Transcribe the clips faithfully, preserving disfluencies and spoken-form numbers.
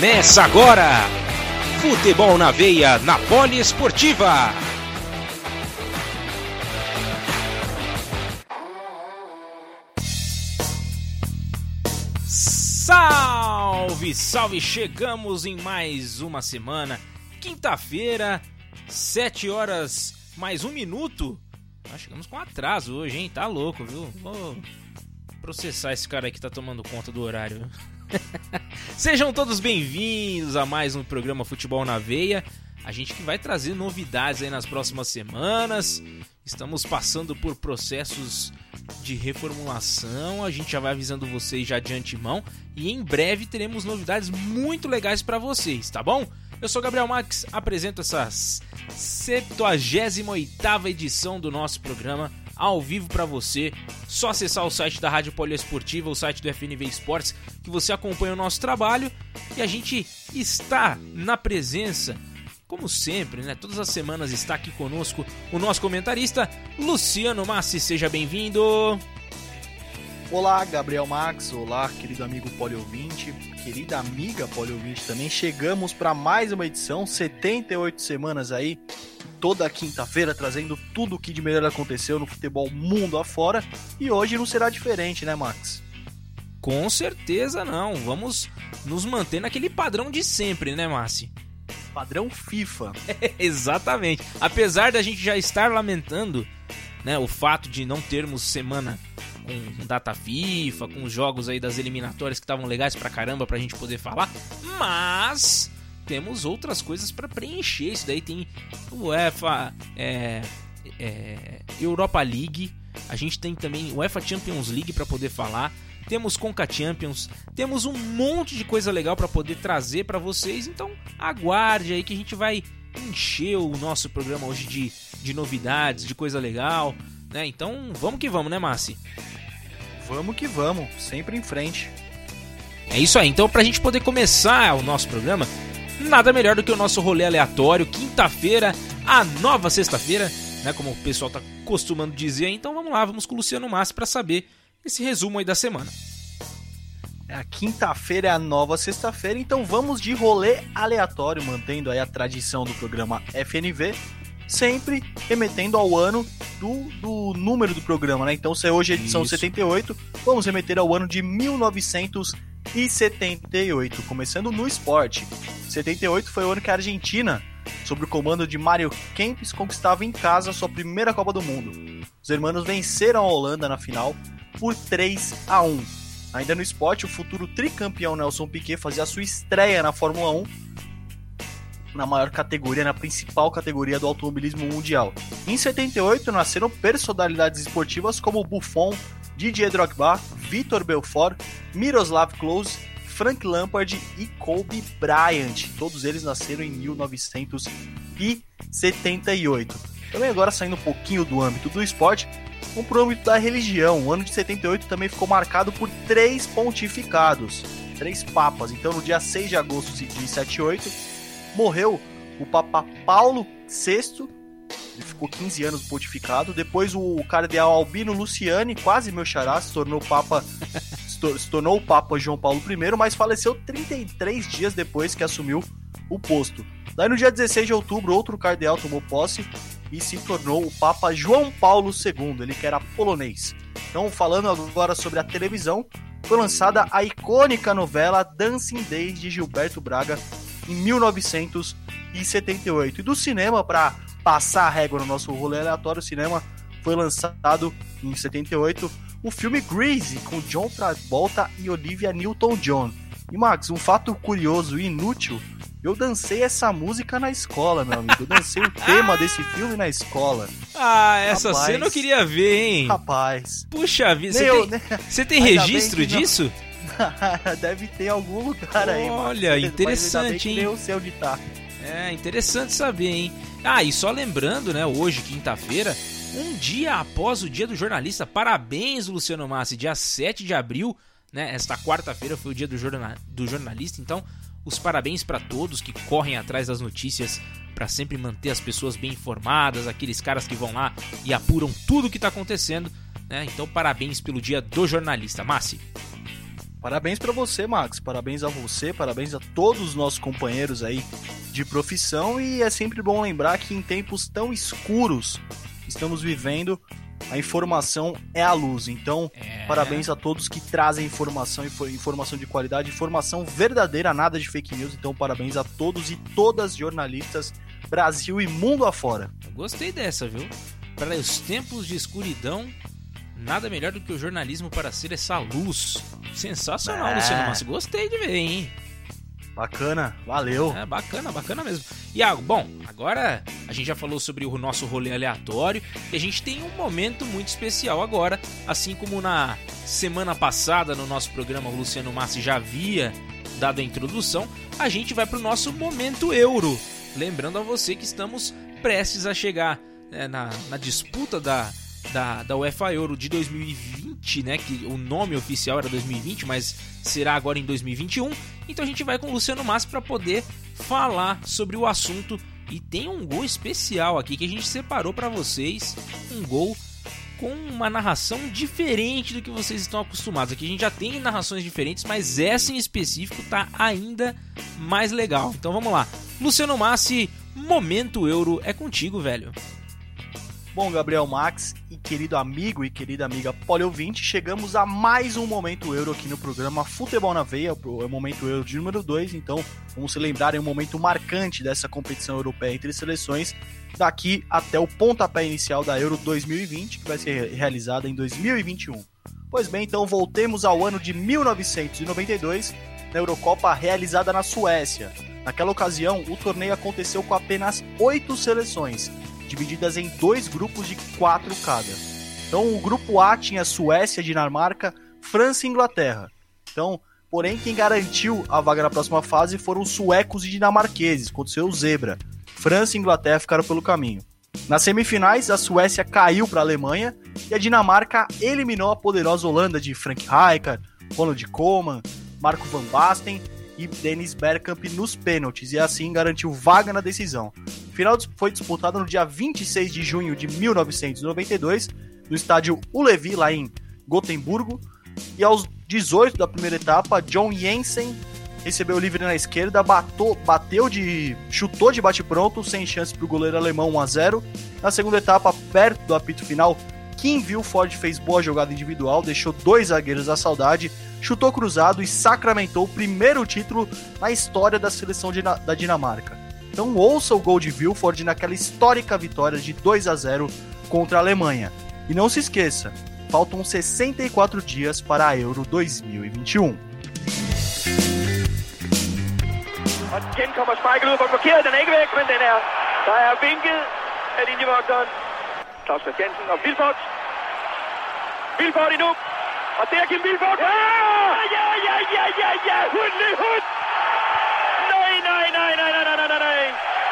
Começa agora! Futebol na veia, na Poliesportiva! Salve, salve! Chegamos em mais uma semana, quinta-feira, sete horas mais um minuto. Nós chegamos com atraso hoje, hein? Tá louco, viu? Vou processar esse cara aí que tá tomando conta do horário. Sejam todos bem-vindos a mais um programa Futebol na Veia. A gente que vai trazer novidades aí nas próximas semanas. Estamos passando por processos de reformulação. A gente já vai avisando vocês já de antemão. E em breve teremos novidades muito legais para vocês, tá bom? Eu sou Gabriel Max, apresento essa septuagésima oitava edição do nosso programa ao vivo para você. Só acessar o site da Rádio Poliesportiva, o site do F N V Esportes, que você acompanha o nosso trabalho. E a gente está na presença, como sempre, né? Todas as semanas está aqui conosco o nosso comentarista Luciano Massi. Seja bem-vindo. Olá, Gabriel Max. Olá, querido amigo poliouvinte, querida amiga poliouvinte também. Chegamos para mais uma edição, setenta e oito semanas aí, toda quinta-feira, trazendo tudo o que de melhor aconteceu no futebol mundo afora. E hoje não será diferente, né, Max? Com certeza não. Vamos nos manter naquele padrão de sempre, né, Massi? Padrão FIFA. Exatamente. Apesar da gente já estar lamentando, né, o fato de não termos semana com data FIFA, com os jogos aí das eliminatórias que estavam legais pra caramba pra gente poder falar, mas temos outras coisas pra preencher. Isso daí tem o UEFA é, é, Europa League, a gente tem também o UEFA Champions League pra poder falar, temos Conca Champions, temos um monte de coisa legal pra poder trazer pra vocês. Então aguarde aí que a gente vai encher o nosso programa hoje de, de novidades, de coisa legal, né? Então vamos que vamos, né, Massi? Vamos que vamos, sempre em frente. É isso aí, então pra gente poder começar o nosso programa, nada melhor do que o nosso rolê aleatório, quinta-feira, a nova sexta-feira, né, como o pessoal tá costumando dizer. Então vamos lá, vamos com o Luciano Massi pra saber esse resumo aí da semana. A quinta-feira é a nova sexta-feira, então vamos de rolê aleatório, mantendo aí a tradição do programa F N V, sempre remetendo ao ano do, do número do programa, né? Então, se hoje é a edição Isso. setenta e oito, vamos remeter ao ano de mil novecentos e setenta e oito, começando no esporte. setenta e oito foi o ano que a Argentina, sob o comando de Mário Kempes, conquistava em casa sua primeira Copa do Mundo. Os hermanos venceram a Holanda na final por três a um. Ainda no esporte, o futuro tricampeão Nelson Piquet fazia sua estreia na Fórmula um, na maior categoria, na principal categoria do automobilismo mundial. Em setenta e oito, nasceram personalidades esportivas como Buffon, Didier Drogba, Vitor Belfort, Miroslav Klose, Frank Lampard e Kobe Bryant. Todos eles nasceram em mil novecentos e setenta e oito. Também agora, saindo um pouquinho do âmbito do esporte, um pro âmbito da religião. O ano de setenta e oito também ficou marcado por três pontificados, três papas. Então, no dia seis de agosto de setenta e oito, morreu o Papa Paulo sexto, ele ficou quinze anos pontificado. Depois o cardeal Albino Luciani, quase meu xará, se tornou Papa, se tornou o Papa João Paulo primeiro, mas faleceu trinta e três dias depois que assumiu o posto. Daí no dia dezesseis de outubro, outro cardeal tomou posse e se tornou o Papa João Paulo segundo, ele que era polonês. Então, falando agora sobre a televisão, foi lançada a icônica novela Dancing Days de Gilberto Braga, em mil novecentos e setenta e oito. E do cinema, para passar a régua no nosso rolê aleatório, o cinema foi lançado em setenta e oito o filme Grease, com John Travolta e Olivia Newton-John. E Max, um fato curioso e inútil, eu dancei essa música na escola, meu amigo. Eu dancei o tema desse filme na escola. Ah, essa Rapaz, cena eu queria ver, hein? Rapaz. Puxa vida, você tem, né? você tem registro disso? Deve ter em algum lugar aí, mano. Olha, interessante, hein? Eu sei onde tá. É, interessante saber, hein? Ah, e só lembrando, né, hoje, quinta-feira, um dia após o Dia do Jornalista. Parabéns, Luciano Massi, dia sete de abril, né? Esta quarta-feira foi o Dia do, jornal, do Jornalista, então os parabéns para todos que correm atrás das notícias para sempre manter as pessoas bem informadas, aqueles caras que vão lá e apuram tudo o que tá acontecendo, né? Então, parabéns pelo Dia do Jornalista, Massi. Parabéns pra você, Max. Parabéns a você, parabéns a todos os nossos companheiros aí de profissão. E é sempre bom lembrar que em tempos tão escuros estamos vivendo, a informação é a luz. Então, é. parabéns a todos que trazem informação, informação de qualidade, informação verdadeira, nada de fake news. Então, parabéns a todos e todas jornalistas, Brasil e mundo afora. Eu gostei dessa, viu? Para os tempos de escuridão, nada melhor do que o jornalismo para ser essa luz. Sensacional, é. Luciano Massi. Gostei de ver, hein? Bacana, valeu. É, bacana, bacana mesmo. Iago, bom, agora a gente já falou sobre o nosso rolê aleatório e a gente tem um momento muito especial agora, assim como na semana passada no nosso programa o Luciano Massi já havia dado a introdução, a gente vai para o nosso momento Euro. Lembrando a você que estamos prestes a chegar é, na, na disputa da, da, da UEFA Euro de dois mil e vinte, né? Que o nome oficial era dois mil e vinte, mas será agora em dois mil e vinte e um. Então a gente vai com o Luciano Massi para poder falar sobre o assunto. E tem um gol especial aqui que a gente separou para vocês. Um gol com uma narração diferente do que vocês estão acostumados. Aqui a gente já tem narrações diferentes, mas essa em específico tá ainda mais legal. Então vamos lá. Luciano Massi, Momento Euro é contigo, velho. Bom, Gabriel Max e querido amigo e querida amiga poliouvinte, chegamos a mais um Momento Euro aqui no programa Futebol na Veia, o Momento Euro de número dois, então vamos se lembrar, é um momento marcante dessa competição europeia entre seleções, daqui até o pontapé inicial da Euro dois mil e vinte, que vai ser realizada em dois mil e vinte e um. Pois bem, então voltemos ao ano de mil novecentos e noventa e dois, na Eurocopa realizada na Suécia. Naquela ocasião, o torneio aconteceu com apenas oito seleções, divididas em dois grupos de quatro cada. Então o grupo A tinha Suécia, Dinamarca, França e Inglaterra. Então, porém, quem garantiu a vaga na próxima fase foram os suecos e dinamarqueses, aconteceu o zebra. França e Inglaterra ficaram pelo caminho. Nas semifinais, a Suécia caiu para a Alemanha e a Dinamarca eliminou a poderosa Holanda de Frank Rijkaard, Ronald Koeman, Marco van Basten e Dennis Bergkamp nos pênaltis, e assim garantiu vaga na decisão. O final foi disputado no dia vinte e seis de junho de mil novecentos e noventa e dois, no estádio Ullevi, lá em Gotemburgo, e aos dezoito da primeira etapa, John Jensen recebeu o livre na esquerda, batou, bateu de, chutou de bate-pronto, sem chance para o goleiro alemão, um a zero. Na segunda etapa, perto do apito final, Kim Vilford fez boa jogada individual, deixou dois zagueiros à saudade, chutou cruzado e sacramentou o primeiro título na história da seleção de, da Dinamarca. Então ouça o gol de Vilford naquela histórica vitória de dois a zero contra a Alemanha. E não se esqueça, faltam sessenta e quatro dias para a Euro dois mil e vinte e um. Og igen kommer Schmeichel ud for blokeret, den er ikke væk, men den er, der er vinket af linjevogteren. Claus Christiansen og Vilfort. Vilfort endnu, og det er Kim Vilfort. Ja, ja, ja, ja, ja, ja, hundelig hund. Nej, nej, nej, nej, nej, nej, nej, nej.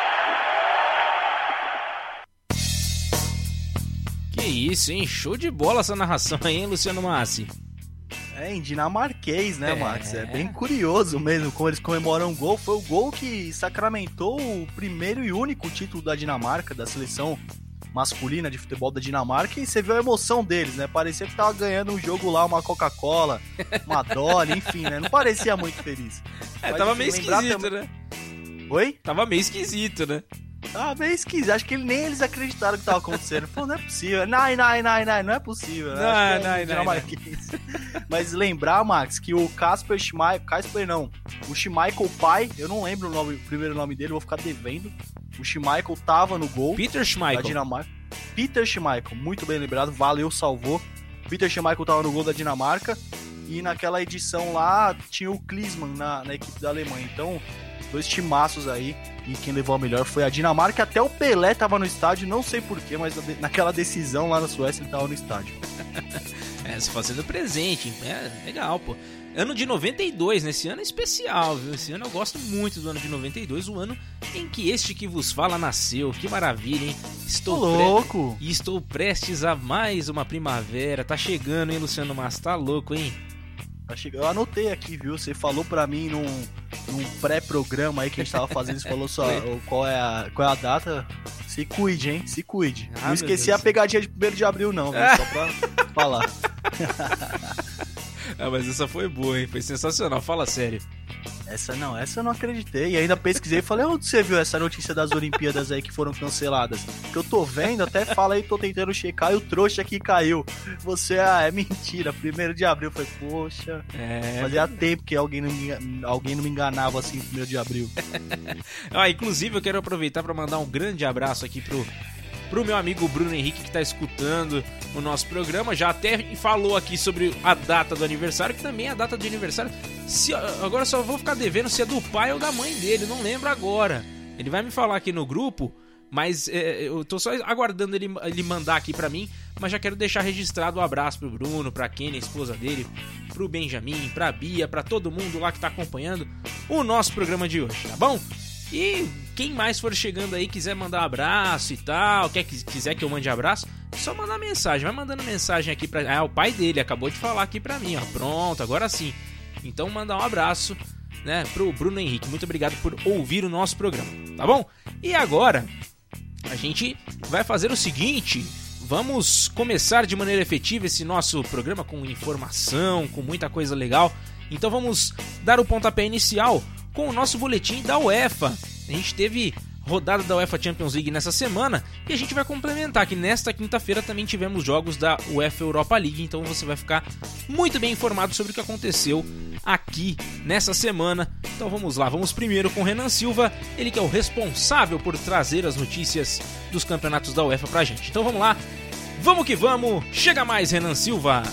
Que isso, hein? Show de bola essa narração aí, hein, Luciano Massi? É, em dinamarquês, né, é. Max? É bem curioso mesmo como eles comemoram o gol. Foi o gol que sacramentou o primeiro e único título da Dinamarca, da seleção masculina de futebol da Dinamarca. E você viu a emoção deles, né? Parecia que tava ganhando um jogo lá, uma Coca-Cola, uma Dolly, enfim, né? Não parecia muito feliz. É, Mas, tava enfim, meio esquisito, também... né? Oi? Tava meio esquisito, né? Ah, bem esquisito. Acho que nem eles acreditaram que tava acontecendo. Falou, não é possível. Não, não, não, não, não é possível. Não, é não, não, Mas lembrar, Max, que o Kasper Schmeichel... Kasper não. O Schmeichel pai, eu não lembro o, nome, o primeiro nome dele, vou ficar devendo. O Schmeichel tava no gol. Peter Schmeichel. Da Dinamarca. Peter Schmeichel, muito bem lembrado. Valeu, salvou. Peter Schmeichel tava no gol da Dinamarca. E naquela edição lá, tinha o Klinsmann na, na equipe da Alemanha. Então... dois timaços aí, e quem levou a melhor foi a Dinamarca. Até o Pelé tava no estádio, não sei porquê, mas naquela decisão lá na Suécia ele tava no estádio. É, se fazendo presente, é legal, pô. Ano de noventa e dois, nesse ano é especial, viu? Esse ano eu gosto muito do ano de noventa e dois, o ano em que este que vos fala nasceu. Que maravilha, hein? Estou louco! Pre... E estou prestes a mais uma primavera. Tá chegando, hein, Luciano Massi? Tá louco, hein? Eu anotei aqui, viu? Você falou pra mim num, num pré-programa aí que a gente tava fazendo, você falou só qual é, a, qual é a data. Se cuide, hein? Se cuide. Ah, não esqueci a pegadinha de primeiro de abril, não, viu? Só pra falar. Ah, mas essa foi boa, hein? Foi sensacional, fala sério. Essa não, essa eu não acreditei. E ainda pesquisei e falei, onde você viu essa notícia das Olimpíadas aí que foram canceladas? Porque eu tô vendo, até fala aí, tô tentando checar e o trouxa aqui caiu. Você, ah, é mentira. Primeiro de abril, foi, poxa. É... Fazia tempo que alguém não me, alguém não me enganava assim no primeiro de abril. Ah, inclusive eu quero aproveitar para mandar um grande abraço aqui pro... pro meu amigo Bruno Henrique, que tá escutando o nosso programa, já até falou aqui sobre a data do aniversário, que também é a data de aniversário. Se, agora só vou ficar devendo se é do pai ou da mãe dele, não lembro agora. Ele vai me falar aqui no grupo, mas é, eu tô só aguardando ele, ele mandar aqui pra mim, mas já quero deixar registrado um abraço pro Bruno, pra Kenny, a esposa dele, pro Benjamin, pra Bia, pra todo mundo lá que tá acompanhando o nosso programa de hoje, tá bom? E quem mais for chegando aí, quiser mandar um abraço e tal, quer, quiser que eu mande abraço, é só mandar mensagem, vai mandando mensagem aqui pra... Ah, o pai dele acabou de falar aqui pra mim, ó, pronto, agora sim. Então mandar um abraço, né, pro Bruno Henrique, muito obrigado por ouvir o nosso programa, tá bom? E agora, a gente vai fazer o seguinte, vamos começar de maneira efetiva esse nosso programa com informação, com muita coisa legal. Então vamos dar o pontapé inicial com o nosso boletim da UEFA. A gente teve rodada da UEFA Champions League nessa semana e a gente vai complementar que nesta quinta-feira também tivemos jogos da UEFA Europa League, então você vai ficar muito bem informado sobre o que aconteceu aqui nessa semana. Então vamos lá, vamos primeiro com o Renan Silva, ele que é o responsável por trazer as notícias dos campeonatos da UEFA pra gente. Então vamos lá, vamos que vamos, chega mais Renan Silva!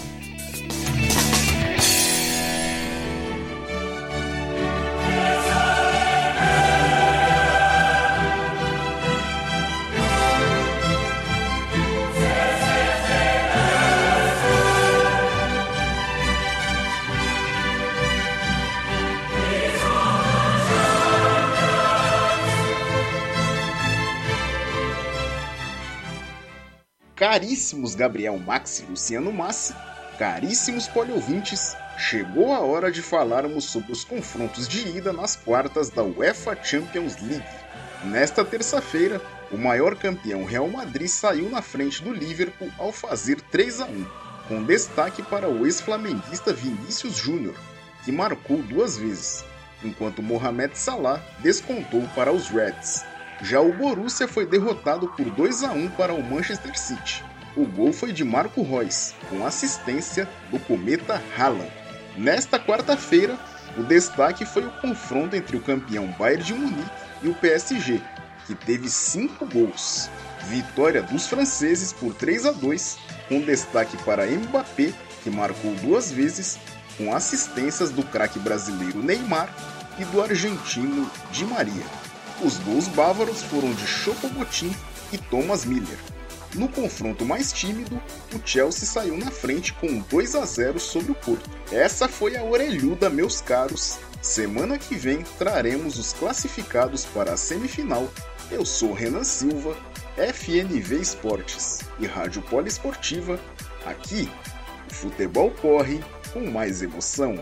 Caríssimos Gabriel Max e Luciano Massi, caríssimos poliouvintes, chegou a hora de falarmos sobre os confrontos de ida nas quartas da UEFA Champions League. Nesta terça-feira, o maior campeão Real Madrid saiu na frente do Liverpool ao fazer três a um, com destaque para o ex-flamenguista Vinícius Júnior, que marcou duas vezes, enquanto Mohamed Salah descontou para os Reds. Já o Borussia foi derrotado por dois a um para o Manchester City. O gol foi de Marco Reus, com assistência do cometa Haaland. Nesta quarta-feira, o destaque foi o confronto entre o campeão Bayern de Munique e o P S G, que teve cinco gols. Vitória dos franceses por três a dois, com destaque para Mbappé, que marcou duas vezes, com assistências do craque brasileiro Neymar e do argentino Di Maria. Os gols bávaros foram de Choupo-Moting e Thomas Müller. No confronto mais tímido, o Chelsea saiu na frente com dois a zero sobre o Porto. Essa foi a orelhuda, meus caros. Semana que vem traremos os classificados para a semifinal. Eu sou Renan Silva, F N V Esportes e Rádio Poliesportiva. Aqui, o futebol corre com mais emoção.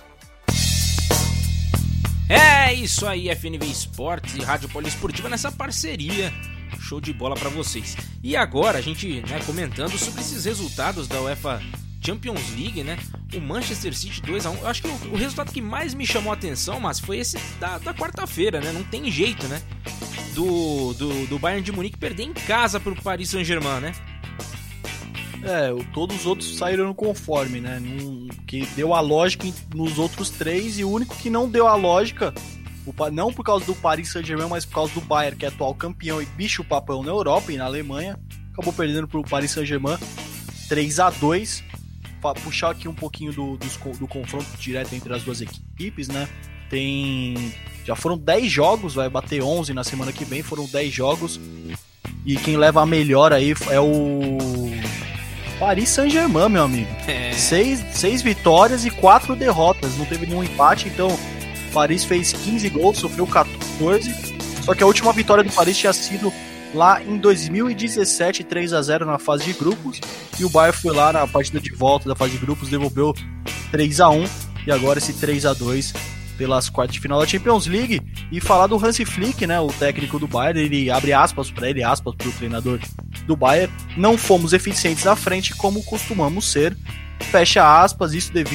É isso aí, F N V Esportes e Rádio Poliesportiva nessa parceria. Show de bola pra vocês. E agora a gente, né, comentando sobre esses resultados da UEFA Champions League, né? O Manchester City dois a um. Eu acho que o, o resultado que mais me chamou a atenção, mas foi esse da, da quarta-feira, né? Não tem jeito, né? Do, do, do Bayern de Munique perder em casa pro Paris Saint-Germain, né? É, todos os outros saíram conforme, né? Num, que deu a lógica nos outros três, e o único que não deu a lógica, o, não por causa do Paris Saint-Germain, mas por causa do Bayern, que é atual campeão e bicho-papão na Europa e na Alemanha, acabou perdendo pro Paris Saint-Germain três a dois. Pra puxar aqui um pouquinho do, do, do confronto direto entre as duas equipes, né? Tem... Já foram dez jogos, vai bater onze na semana que vem, foram dez jogos. E quem leva a melhor aí é o Paris Saint-Germain, meu amigo. É. Seis, seis vitórias e quatro derrotas, não teve nenhum empate, então o Paris fez quinze gols, sofreu quatorze. Só que a última vitória do Paris tinha sido lá em dois mil e dezessete, três a zero na fase de grupos. E o Bayern foi lá na partida de volta da fase de grupos, devolveu três a um. E agora esse três a dois pelas quartas de final da Champions League. E falar do Hansi Flick, né, o técnico do Bayern, ele abre aspas para ele, aspas para o treinador do Bayern: não fomos eficientes à frente como costumamos ser, fecha aspas, isso devido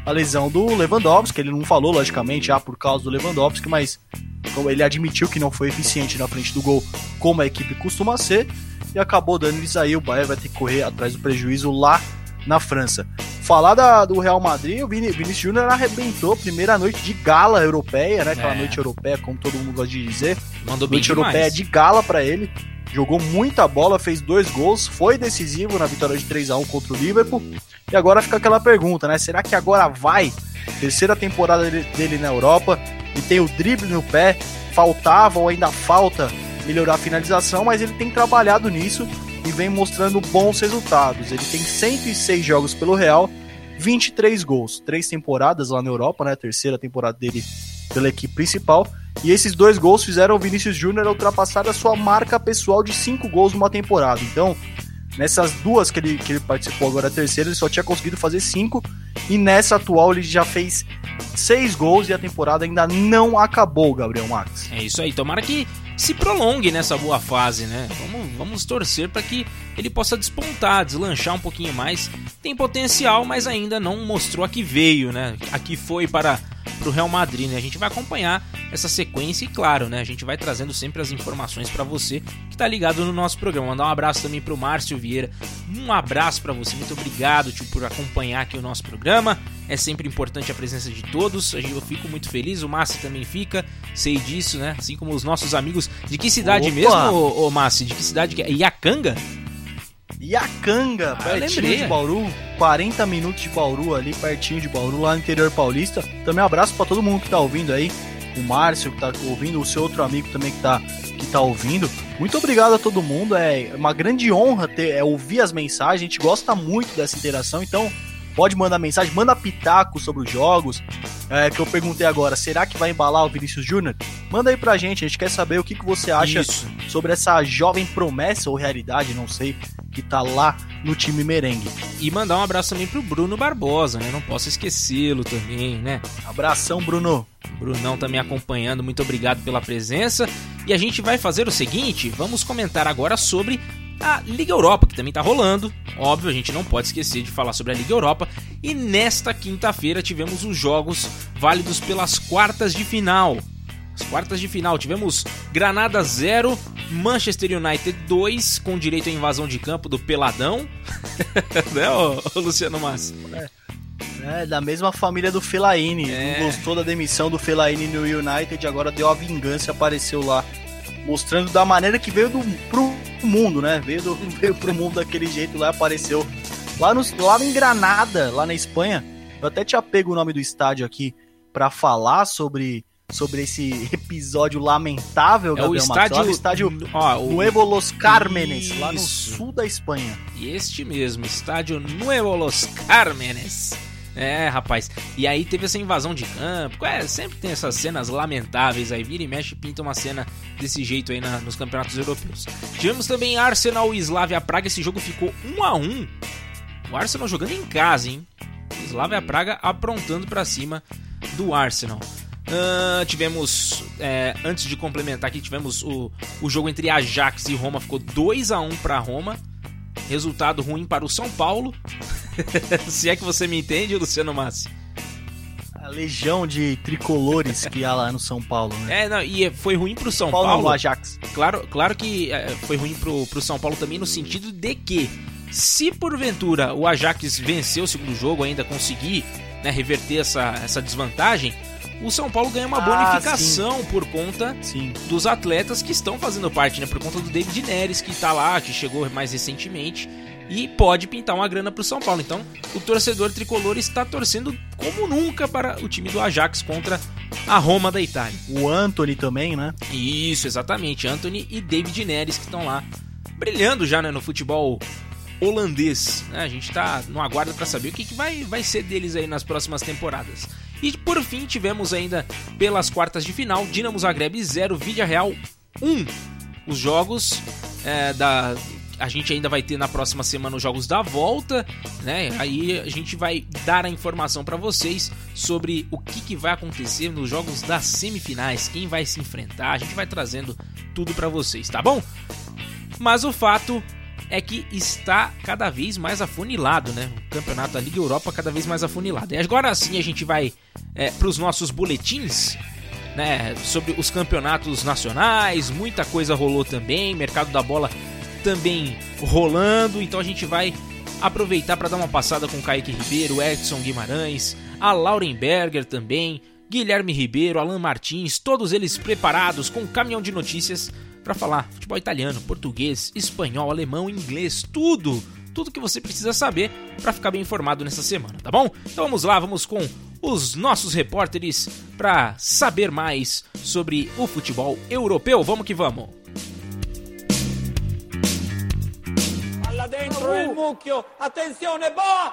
a lesão do Lewandowski, ele não falou, logicamente, ah, por causa do Lewandowski, mas ele admitiu que não foi eficiente na frente do gol, como a equipe costuma ser, e acabou dando isso aí, o Bayern vai ter que correr atrás do prejuízo lá na França. Falar da, do Real Madrid, o Vini, Vinícius Júnior arrebentou, primeira noite de gala europeia, né, aquela é. noite europeia, como todo mundo gosta de dizer, mandou bem noite demais. Europeia de gala pra ele, jogou muita bola, fez dois gols, foi decisivo na vitória de três a um contra o Liverpool, e agora fica aquela pergunta, né, será que agora vai? Terceira temporada dele na Europa, e tem o drible no pé, faltava ou ainda falta melhorar a finalização, mas ele tem trabalhado nisso e vem mostrando bons resultados. Ele tem cento e seis jogos pelo Real, vinte e três gols, três temporadas lá na Europa, né? A terceira temporada dele pela equipe principal, e esses dois gols fizeram o Vinícius Júnior ultrapassar a sua marca pessoal de cinco gols numa temporada. Então, nessas duas que ele, que ele participou agora, a terceira, ele só tinha conseguido fazer cinco, e nessa atual ele já fez seis gols e a temporada ainda não acabou, Gabriel Max. É isso aí, tomara que se prolongue nessa boa fase, né? Vamos, vamos torcer para que ele possa despontar, deslanchar um pouquinho mais. Tem potencial, mas ainda não mostrou a que veio, né? A que foi para o Real Madrid, né? A gente vai acompanhar essa sequência e, claro, né? A gente vai trazendo sempre as informações para você que tá ligado no nosso programa. Mandar um abraço também pro Márcio Vieira. Um abraço para você, muito obrigado, tio, por acompanhar aqui o nosso programa. É sempre importante a presença de todos. Eu fico muito feliz, o Márcio também fica, sei disso, né? Assim como os nossos amigos. De que cidade Opa! mesmo, ô, ô Márcio? De que cidade que é? Iacanga? Iacanga, ah, pertinho de Bauru, quarenta minutos de Bauru ali, pertinho de Bauru, lá no interior paulista. Também um abraço pra todo mundo que tá ouvindo aí, o Márcio que tá ouvindo, o seu outro amigo também que tá, que tá ouvindo. Muito obrigado a todo mundo, é uma grande honra ter, é, ouvir as mensagens, a gente gosta muito dessa interação, então pode mandar mensagem, manda pitaco sobre os jogos, é, que eu perguntei agora, será que vai embalar o Vinícius Júnior? Manda aí pra gente, a gente quer saber o que, que você acha Isso. sobre essa jovem promessa ou realidade, não sei, que tá lá no time merengue. E mandar um abraço também pro Bruno Barbosa, né? Não posso esquecê-lo também, né? Abração, Bruno. Brunão também acompanhando, muito obrigado pela presença. E a gente vai fazer o seguinte, vamos comentar agora sobre a Liga Europa, que também tá rolando. Óbvio, a gente não pode esquecer de falar sobre a Liga Europa. E nesta quinta-feira tivemos os jogos válidos pelas quartas de final. As quartas de final, tivemos Granada zero, Manchester United dois, com direito à invasão de campo do Peladão. Né, ô, ô Luciano Massi? É, é, da mesma família do Fellaini. É. Não gostou da demissão do Fellaini no United, agora deu a vingança e apareceu lá. Mostrando da maneira que veio do, pro mundo, né? Veio, do, veio pro mundo daquele jeito lá, apareceu lá, no, lá em Granada, lá na Espanha. Eu até tinha pego o nome do estádio aqui pra falar sobre... sobre esse episódio lamentável, é Gabriel o estádio, Matos, o estádio ó, o... Nuevo Los Cármenes, Isso. lá no sul da Espanha. Este mesmo, estádio Nuevo Los Cármenes. É, rapaz. E aí teve essa invasão de campo. É, sempre tem essas cenas lamentáveis aí. Vira e mexe e pinta uma cena desse jeito aí na, nos campeonatos europeus. Tivemos também Arsenal e Slavia Praga. Esse jogo ficou um a um. O Arsenal jogando em casa, hein? O Slavia Praga aprontando pra cima do Arsenal. Uh, tivemos, é, antes de complementar aqui, tivemos o, o jogo entre Ajax e Roma, ficou dois a um para Roma. Resultado ruim para o São Paulo. Se é que você me entende, Luciano Massi. A legião de tricolores que há lá no São Paulo, né? É, não, e foi ruim pro São Paulo. Paulo. Paulo Ajax. Claro, claro que é, foi ruim pro, pro São Paulo também no sentido de que, se porventura o Ajax vencer o segundo jogo, ainda conseguir, né, reverter essa, essa desvantagem, o São Paulo ganha uma ah, bonificação sim. por conta sim. dos atletas que estão fazendo parte, né? Por conta do David Neres, que tá lá, que chegou mais recentemente e pode pintar uma grana pro São Paulo. Então, o torcedor tricolor está torcendo como nunca para o time do Ajax contra a Roma da Itália. O Antony também, né? Isso, exatamente. Antony e David Neres que estão lá brilhando já, né, no futebol holandês. A gente tá no aguardo para saber o que, que vai, vai ser deles aí nas próximas temporadas. E por fim tivemos ainda pelas quartas de final Dinamo Zagreb zero, Villarreal um. Os jogos é, da... A gente ainda vai ter na próxima semana os jogos da volta, né? Aí a gente vai dar a informação para vocês sobre o que, que vai acontecer nos jogos das semifinais, quem vai se enfrentar, a gente vai trazendo tudo para vocês, tá bom? Mas o fato é que está cada vez mais afunilado, né? O campeonato da Liga Europa cada vez mais afunilado. E agora sim a gente vai é, para os nossos boletins, né? Sobre os campeonatos nacionais, muita coisa rolou também, mercado da bola também rolando, então a gente vai aproveitar para dar uma passada com o Kaique Ribeiro, Edson Guimarães, a Laurenberger também, Guilherme Ribeiro, Alan Martins, todos eles preparados com um caminhão de notícias para falar futebol italiano, português, espanhol, alemão, inglês, tudo, tudo que você precisa saber para ficar bem informado nessa semana, tá bom? Então vamos lá, vamos com os nossos repórteres para saber mais sobre o futebol europeu. Vamos que vamos! Dentro il mucchio, attenzione, Boa,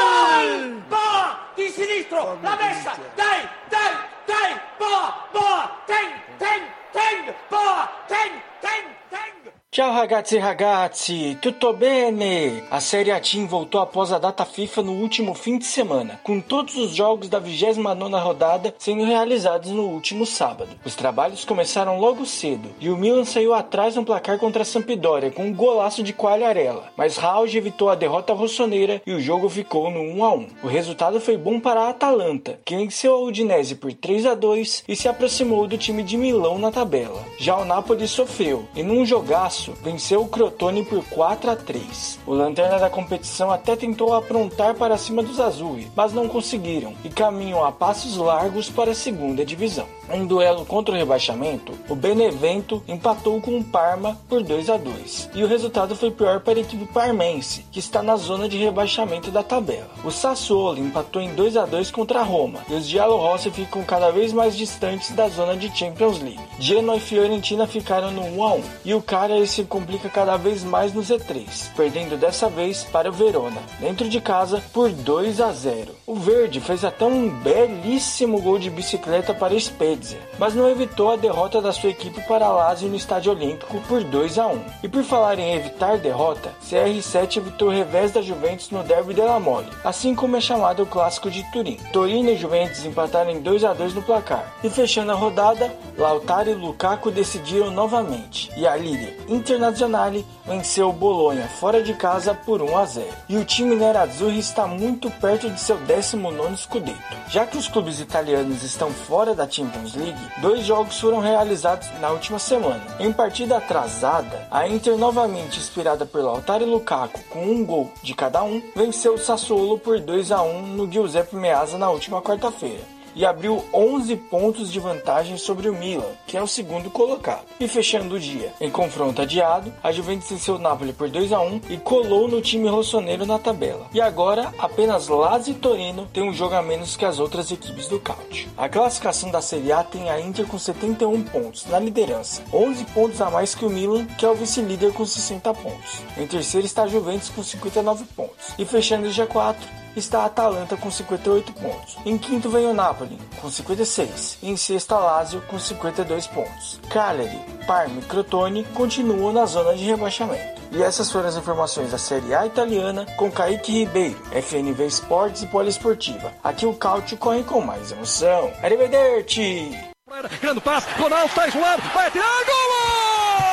gol! Boa, di sinistro, la messa, dai, dai, dai, Boa, Boa, tem, tem, tem, Boa, tem, tem, tem. Ciao ragazzi e ragazzi, tutto bene? A Série A Team voltou após a data FIFA no último fim de semana, com todos os jogos da vigésima nona rodada sendo realizados no último sábado. Os trabalhos começaram logo cedo e o Milan saiu atrás no placar contra a Sampdoria com um golaço de Quagliarella, mas Raul evitou a derrota rossoneira e o jogo ficou no um a um. O resultado foi bom para a Atalanta, que venceu a Udinese por três a dois e se aproximou do time de Milão na tabela. Já o Napoli sofreu e num jogaço venceu o Crotone por quatro a três. O lanterna da competição até tentou aprontar para cima dos Azzurri, mas não conseguiram e caminham a passos largos para a segunda divisão. Em duelo contra o rebaixamento, o Benevento empatou com o Parma por dois a dois, e o resultado foi pior para a equipe parmense, que está na zona de rebaixamento da tabela. O Sassuolo empatou em dois a dois contra a Roma, e os giallorossi ficam cada vez mais distantes da zona de Champions League. Genoa e Fiorentina ficaram no um a um, e o Cagliari se complica cada vez mais no Z três, perdendo dessa vez para o Verona, dentro de casa, por dois a zero. O Verde fez até um belíssimo gol de bicicleta para o Spezia, mas não evitou a derrota da sua equipe para a Lazio no Estádio Olímpico por dois a um. E por falar em evitar derrota, C R sete evitou o revés da Juventus no Derby della Mole, assim como é chamado o Clássico de Turim. Torino e Juventus empataram em dois a dois no placar. E fechando a rodada, Lautaro e Lukaku decidiram novamente, e a líder Internazionale venceu o Bolonha fora de casa por um a zero. E o time nerazzurri está muito perto de seu décimo nono scudetto. Já que os clubes italianos estão fora da Champions League, dois jogos foram realizados na última semana. Em partida atrasada, a Inter, novamente inspirada por Lautaro e Lukaku com um gol de cada um, venceu o Sassuolo por dois a um no Giuseppe Meazza na última quarta-feira e abriu onze pontos de vantagem sobre o Milan, que é o segundo colocado. E fechando o dia, em confronto adiado, a Juventus venceu o Napoli por dois a um e colou no time rossoneiro na tabela. E agora, apenas Lazio e Torino têm um jogo a menos que as outras equipes do Calcio. A classificação da Série A tem a Inter com setenta e um pontos na liderança, onze pontos a mais que o Milan, que é o vice-líder com sessenta pontos. Em terceiro está a Juventus com cinquenta e nove pontos. E fechando o G quatro, está a Atalanta com cinquenta e oito pontos. Em quinto vem o Napoli, com cinquenta e seis. E em sexto a Lazio, com cinquenta e dois pontos. Cagliari, Parma e Crotone continuam na zona de rebaixamento. E essas foram as informações da Série A italiana com Kaique Ribeiro, F N V Esportes e Poliesportiva. Aqui o Calcio corre com mais emoção. Arrivederci! Grande passe, Ronaldo está isolado, vai atirar, gol!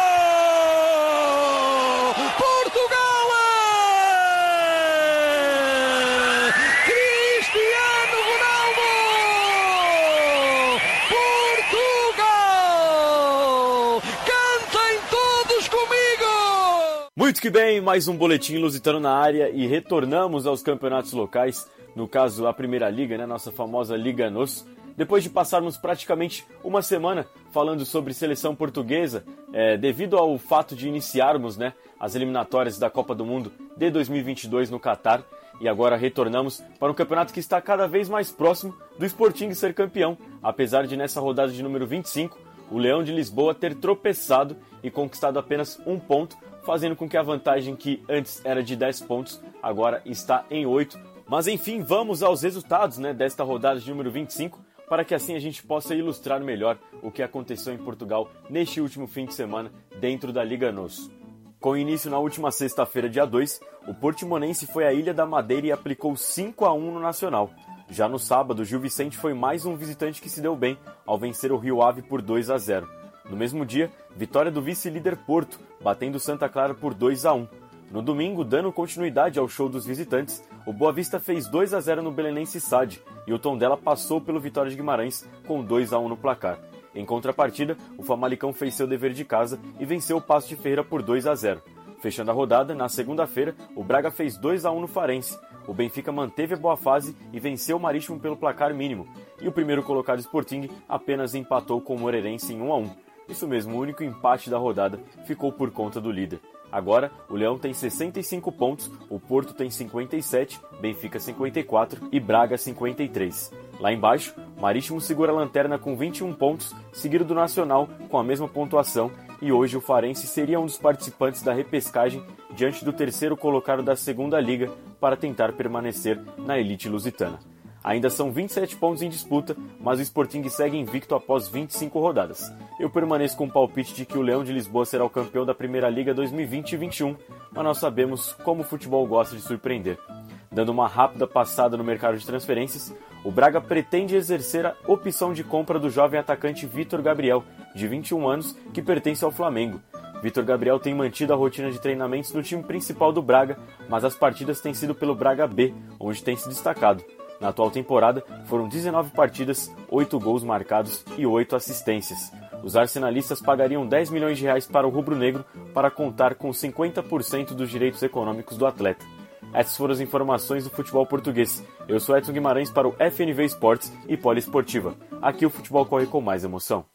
Muito que bem, mais um Boletim Lusitano na área e retornamos aos campeonatos locais, no caso a Primeira Liga, né, nossa famosa Liga N O S. Depois de passarmos praticamente uma semana falando sobre seleção portuguesa, é, devido ao fato de iniciarmos, né, as eliminatórias da Copa do Mundo de dois mil e vinte e dois no Catar, e agora retornamos para um campeonato que está cada vez mais próximo do Sporting ser campeão, apesar de nessa rodada de número vinte e cinco, o Leão de Lisboa ter tropeçado e conquistado apenas um ponto, fazendo com que a vantagem que antes era de dez pontos, agora está em oito. Mas enfim, vamos aos resultados, né, desta rodada de número vinte e cinco, para que assim a gente possa ilustrar melhor o que aconteceu em Portugal neste último fim de semana dentro da Liga N O S. Com início na última sexta-feira, dia dois, o Portimonense foi à Ilha da Madeira e aplicou cinco a um no Nacional. Já no sábado, o Gil Vicente foi mais um visitante que se deu bem ao vencer o Rio Ave por dois a zero. No mesmo dia, vitória do vice-líder Porto, batendo Santa Clara por dois a um. No domingo, dando continuidade ao show dos visitantes, o Boa Vista fez dois a zero no Belenense S A D e o Tondela passou pelo Vitória de Guimarães com dois a um no placar. Em contrapartida, o Famalicão fez seu dever de casa e venceu o Paço de Ferreira por dois a zero. Fechando a rodada, na segunda-feira, o Braga fez dois a um no Farense. O Benfica manteve a boa fase e venceu o Marítimo pelo placar mínimo. E o primeiro colocado Sporting apenas empatou com o Moreirense em um a um. Isso mesmo, o único empate da rodada ficou por conta do líder. Agora, o Leão tem sessenta e cinco pontos, o Porto tem cinquenta e sete, Benfica cinquenta e quatro e Braga cinquenta e três. Lá embaixo, Marítimo segura a lanterna com vinte e um pontos, seguido do Nacional com a mesma pontuação, e hoje o Farense seria um dos participantes da repescagem diante do terceiro colocado da segunda liga para tentar permanecer na elite lusitana. Ainda são vinte e sete pontos em disputa, mas o Sporting segue invicto após vinte e cinco rodadas. Eu permaneço com o palpite de que o Leão de Lisboa será o campeão da Primeira Liga dois mil e vinte e vinte e um, mas nós sabemos como o futebol gosta de surpreender. Dando uma rápida passada no mercado de transferências, o Braga pretende exercer a opção de compra do jovem atacante Vitor Gabriel, de vinte e um anos, que pertence ao Flamengo. Vitor Gabriel tem mantido a rotina de treinamentos no time principal do Braga, mas as partidas têm sido pelo Braga B, onde tem se destacado. Na atual temporada, foram dezenove partidas, oito gols marcados e oito assistências. Os arsenalistas pagariam dez milhões de reais para o rubro-negro para contar com cinquenta por cento dos direitos econômicos do atleta. Essas foram as informações do futebol português. Eu sou Edson Guimarães para o F N V Esportes e Poliesportiva. Aqui o futebol corre com mais emoção.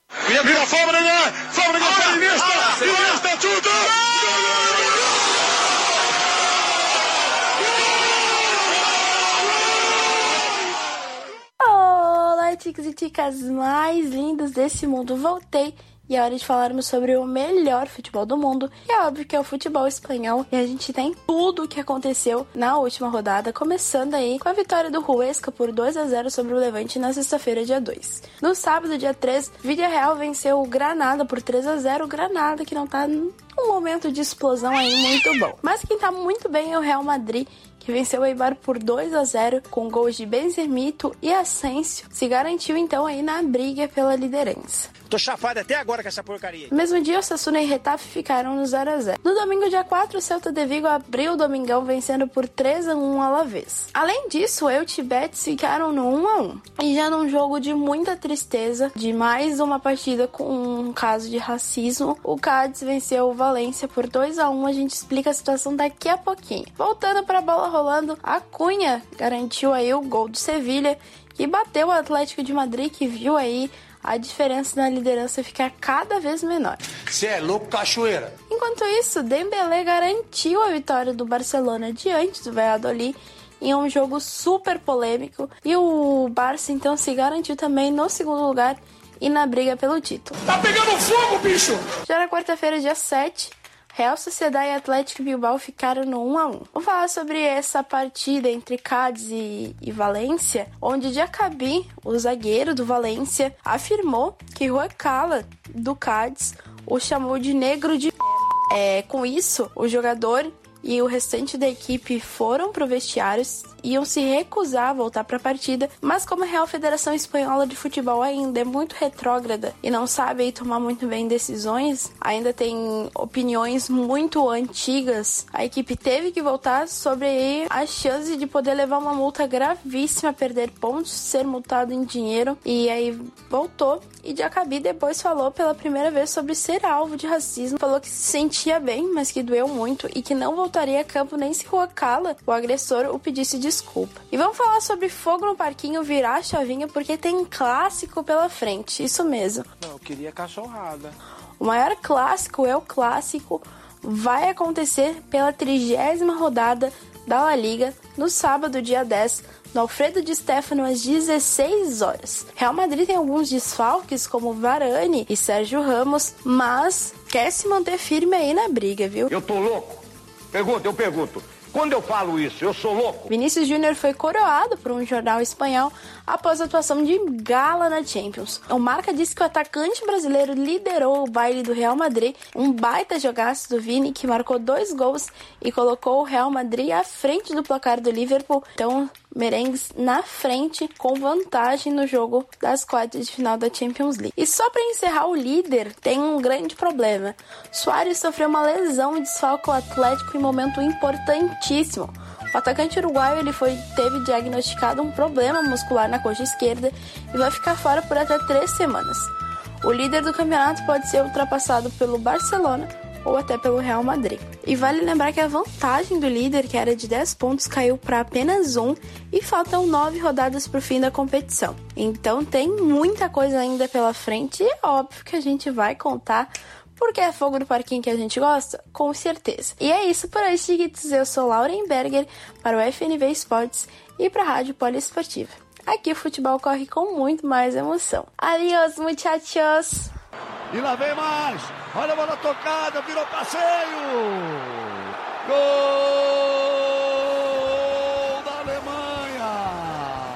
Olá, ticos e ticas mais lindos desse mundo. Voltei e é hora de falarmos sobre o melhor futebol do mundo. E é óbvio que é o futebol espanhol. E a gente tem tudo o que aconteceu na última rodada, começando aí com a vitória do Huesca por dois a zero sobre o Levante na sexta-feira, dia dois. No sábado, dia três, Villarreal venceu o Granada por três a zero. O Granada que não tá num momento de explosão aí muito bom. Mas quem tá muito bem é o Real Madrid, que venceu o Eibar por dois a zero com gols de Benzemito e Asensio, se garantiu então aí na briga pela liderança. Tô chafado até agora com essa porcaria. No mesmo dia, o Osasuna e Getafe ficaram no zero a zero. No domingo, dia quatro, o Celta de Vigo abriu o Domingão vencendo por três a um o Alavés. Além disso, o Elche e Betis ficaram no um a um. E já num jogo de muita tristeza, de mais uma partida com um caso de racismo, o Cádiz venceu o Valência por dois a um. A gente explica a situação daqui a pouquinho. Voltando para a bola rolando, a Cunha garantiu aí o gol do Sevilha e bateu o Atlético de Madrid, que viu aí a diferença na liderança ficar cada vez menor. Cê é louco, cachoeira! Enquanto isso, Dembélé garantiu a vitória do Barcelona diante do Valladolid em um jogo super polêmico, e o Barça então se garantiu também no segundo lugar e na briga pelo título. Tá pegando fogo, bicho! Já na quarta-feira, dia sete, Real Sociedad e Atlético Bilbao ficaram no um a um. Vamos falar sobre essa partida entre Cádiz e, e Valência, onde Diacabí, o zagueiro do Valência, afirmou que Ruecala, do Cádiz, o chamou de negro de... É, com isso, o jogador e o restante da equipe foram pro vestiário, iam se recusar a voltar para a partida, mas como a Real Federação Espanhola de Futebol ainda é muito retrógrada e não sabe aí tomar muito bem decisões, ainda tem opiniões muito antigas, a equipe teve que voltar sobre aí a chance de poder levar uma multa gravíssima, perder pontos, ser multado em dinheiro, e aí voltou. E Diacabí depois falou pela primeira vez sobre ser alvo de racismo, falou que se sentia bem, mas que doeu muito e que não voltaria a campo nem se Ruecala, o agressor, o pedisse desculpa. E vamos falar sobre fogo no parquinho, virar a chavinha, porque tem clássico pela frente, isso mesmo. Não, eu queria cachorrada. O maior clássico é o clássico, vai acontecer pela trigésima rodada da La Liga, no sábado, dia dez, no Alfredo Di Stéfano, às dezesseis horas. Real Madrid tem alguns desfalques, como Varane e Sérgio Ramos, mas quer se manter firme aí na briga, viu? Eu tô louco? Pergunta, eu pergunto. Quando eu falo isso, eu sou louco? Vinícius Júnior foi coroado por um jornal espanhol após a atuação de gala na Champions. O Marca disse que o atacante brasileiro liderou o baile do Real Madrid, um baita jogaço do Vini, que marcou dois gols e colocou o Real Madrid à frente do placar do Liverpool. Então, merengues na frente, com vantagem no jogo das quartas de final da Champions League. E só para encerrar, o líder tem um grande problema. Suárez sofreu uma lesão e desfalca o Atlético em momento importantíssimo. O atacante uruguaio ele foi, teve diagnosticado um problema muscular na coxa esquerda e vai ficar fora por até três semanas. O líder do campeonato pode ser ultrapassado pelo Barcelona ou até pelo Real Madrid. E vale lembrar que a vantagem do líder, que era de dez pontos, caiu para apenas um e faltam nove rodadas para o fim da competição. Então tem muita coisa ainda pela frente e é óbvio que a gente vai contar, porque é fogo no parquinho que a gente gosta, com certeza. E é isso por hoje, chiquitos. Eu sou Lauren Berger para o F N V Esportes e para a Rádio Poliesportiva. Aqui o futebol corre com muito mais emoção. Adiós, muchachos! E lá vem mais! Olha a bola tocada, virou passeio! Gol da Alemanha!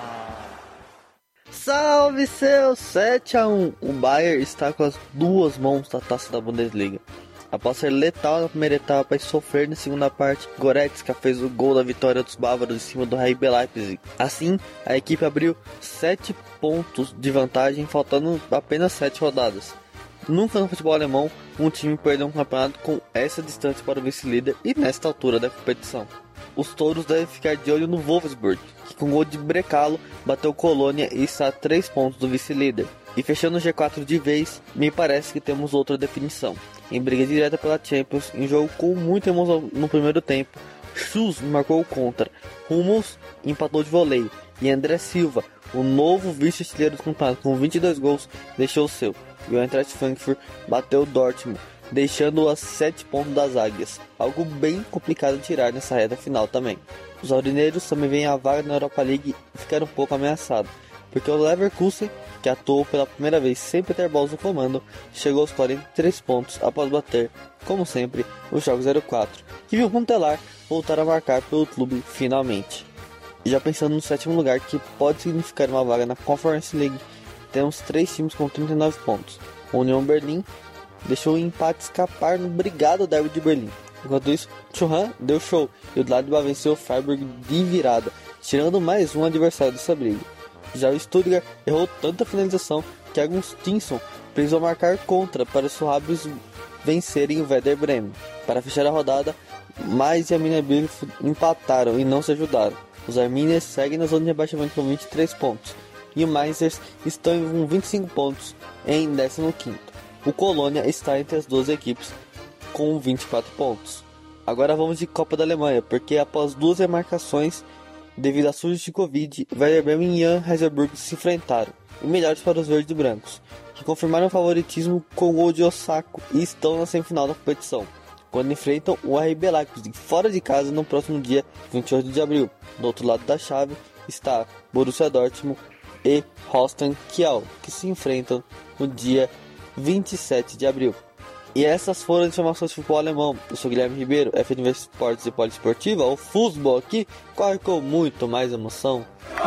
Salve seus sete a um! O Bayern está com as duas mãos na taça da Bundesliga. Após ser letal na primeira etapa e sofrer na segunda parte, Goretzka fez o gol da vitória dos bávaros em cima do R B Leipzig. Assim, a equipe abriu sete pontos de vantagem, faltando apenas sete rodadas. Nunca no futebol alemão, um time perdeu um campeonato com essa distância para o vice-líder e nesta altura da competição. Os touros devem ficar de olho no Wolfsburg, que com gol de Brecalo bateu Colônia e está a três pontos do vice-líder. E fechando o G quatro de vez, me parece que temos outra definição. Em briga direta pela Champions, em jogo com muita emoção no primeiro tempo, Schuss marcou o contra, Hummels empatou de voleio e André Silva, o novo vice-artilheiro do campeonato com vinte e dois gols, deixou o seu. E o Eintracht Frankfurt bateu o Dortmund, deixando-o a sete pontos das águias, algo bem complicado de tirar nessa reta final também. Os aurineiros também veem a vaga na Europa League e ficaram um pouco ameaçados, porque o Leverkusen, que atuou pela primeira vez sem Peter Bosz no comando, chegou aos quarenta e três pontos após bater, como sempre, o Schalke zero quatro, que viu Runtelar voltar a marcar pelo clube finalmente. E já pensando no sétimo lugar, que pode significar uma vaga na Conference League, temos três times com trinta e nove pontos. O Union Berlin deixou o empate escapar no brigado derby de Berlim. Enquanto isso, Churran deu show e o Gladbach venceu o Freiburg de virada, tirando mais um adversário dessa briga. Já o Stuttgart errou tanta finalização que Augustinsson precisou marcar contra para os Suábios vencerem o Werder Bremen. Para fechar a rodada, Mais e a Arminia Bielefeld empataram e não se ajudaram. Os Arminiers seguem na zona de rebaixamento com vinte e três pontos e o Mainzers estão com vinte e cinco pontos em décimo quinto. O Colônia está entre as duas equipes com vinte e quatro pontos. Agora vamos de Copa da Alemanha, porque após duas remarcações devido a surtos de Covid, Werder Bremen e Jan Heiselberg se enfrentaram, e melhores para os verdes e brancos, que confirmaram o favoritismo com o gol de Osako e estão na semifinal da competição, quando enfrentam o R B Leipzig fora de casa no próximo dia vinte e oito de abril. Do outro lado da chave está Borussia Dortmund e Holstein Kiel, que se enfrentam no dia vinte e sete de abril. E essas foram as informações de futebol alemão. Eu sou Guilherme Ribeiro, F N V Esportes e Poliesportiva. O futebol aqui corre com muito mais emoção.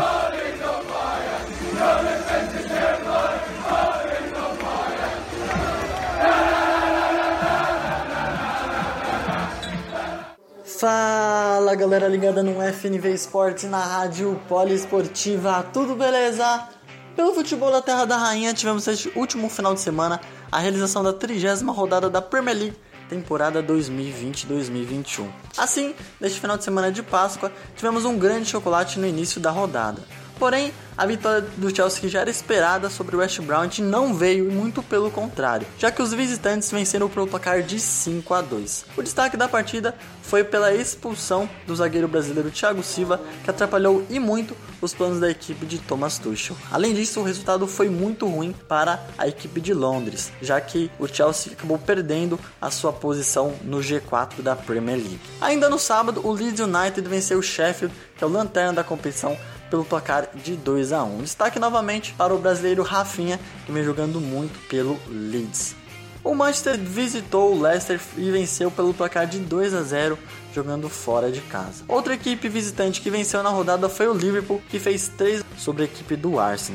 Fala galera ligada no F N V Esportes na Rádio Poliesportiva, tudo beleza? Pelo futebol da Terra da Rainha, tivemos este último final de semana a realização da trigésima rodada da Premier League, temporada dois mil e vinte dois mil e vinte e um. Assim, neste final de semana de Páscoa, tivemos um grande chocolate no início da rodada. Porém, a vitória do Chelsea, que já era esperada sobre o West Brom, não veio, e muito pelo contrário, já que os visitantes venceram pelo placar de cinco a dois. O destaque da partida foi pela expulsão do zagueiro brasileiro Thiago Silva, que atrapalhou e muito os planos da equipe de Thomas Tuchel. Além disso, o resultado foi muito ruim para a equipe de Londres, já que o Chelsea acabou perdendo a sua posição no G quatro da Premier League. Ainda no sábado, o Leeds United venceu o Sheffield, que é o lanterna da competição, pelo placar de dois a um. Destaque novamente para o brasileiro Rafinha, que vem jogando muito pelo Leeds. O Manchester visitou o Leicester e venceu pelo placar de dois a zero, jogando fora de casa. Outra equipe visitante que venceu na rodada foi o Liverpool, que fez três sobre a equipe do Arsenal.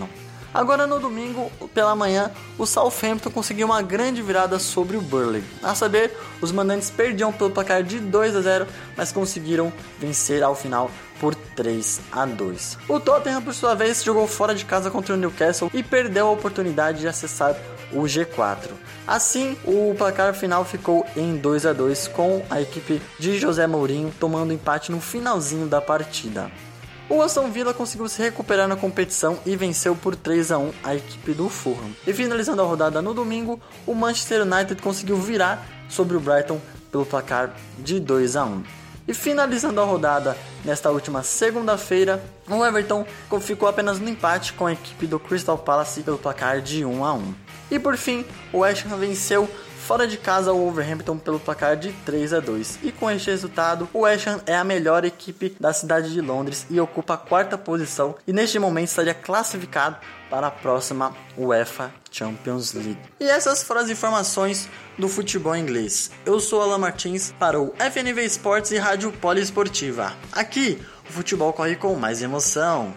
Agora no domingo, pela manhã, o Southampton conseguiu uma grande virada sobre o Burnley. A saber, os mandantes perdiam pelo placar de dois a zero, mas conseguiram vencer ao final por três a dois. O Tottenham, por sua vez, jogou fora de casa contra o Newcastle e perdeu a oportunidade de acessar o G quatro. Assim, o placar final ficou em dois a dois, com a equipe de José Mourinho tomando empate no finalzinho da partida. O Aston Villa conseguiu se recuperar na competição e venceu por três a um a equipe do Fulham. E finalizando a rodada no domingo, o Manchester United conseguiu virar sobre o Brighton pelo placar de dois a um. E finalizando a rodada nesta última segunda-feira, o Everton ficou apenas no empate com a equipe do Crystal Palace pelo placar de um a um. E por fim, o West Ham venceu fora de casa o Wolverhampton pelo placar de três a dois. E com este resultado, o West Ham é a melhor equipe da cidade de Londres e ocupa a quarta posição e neste momento estaria classificado para a próxima UEFA Champions League. E essas foram as informações do futebol inglês. Eu sou Alan Martins para o F N V Esportes e Rádio Poliesportiva. Aqui, o futebol corre com mais emoção.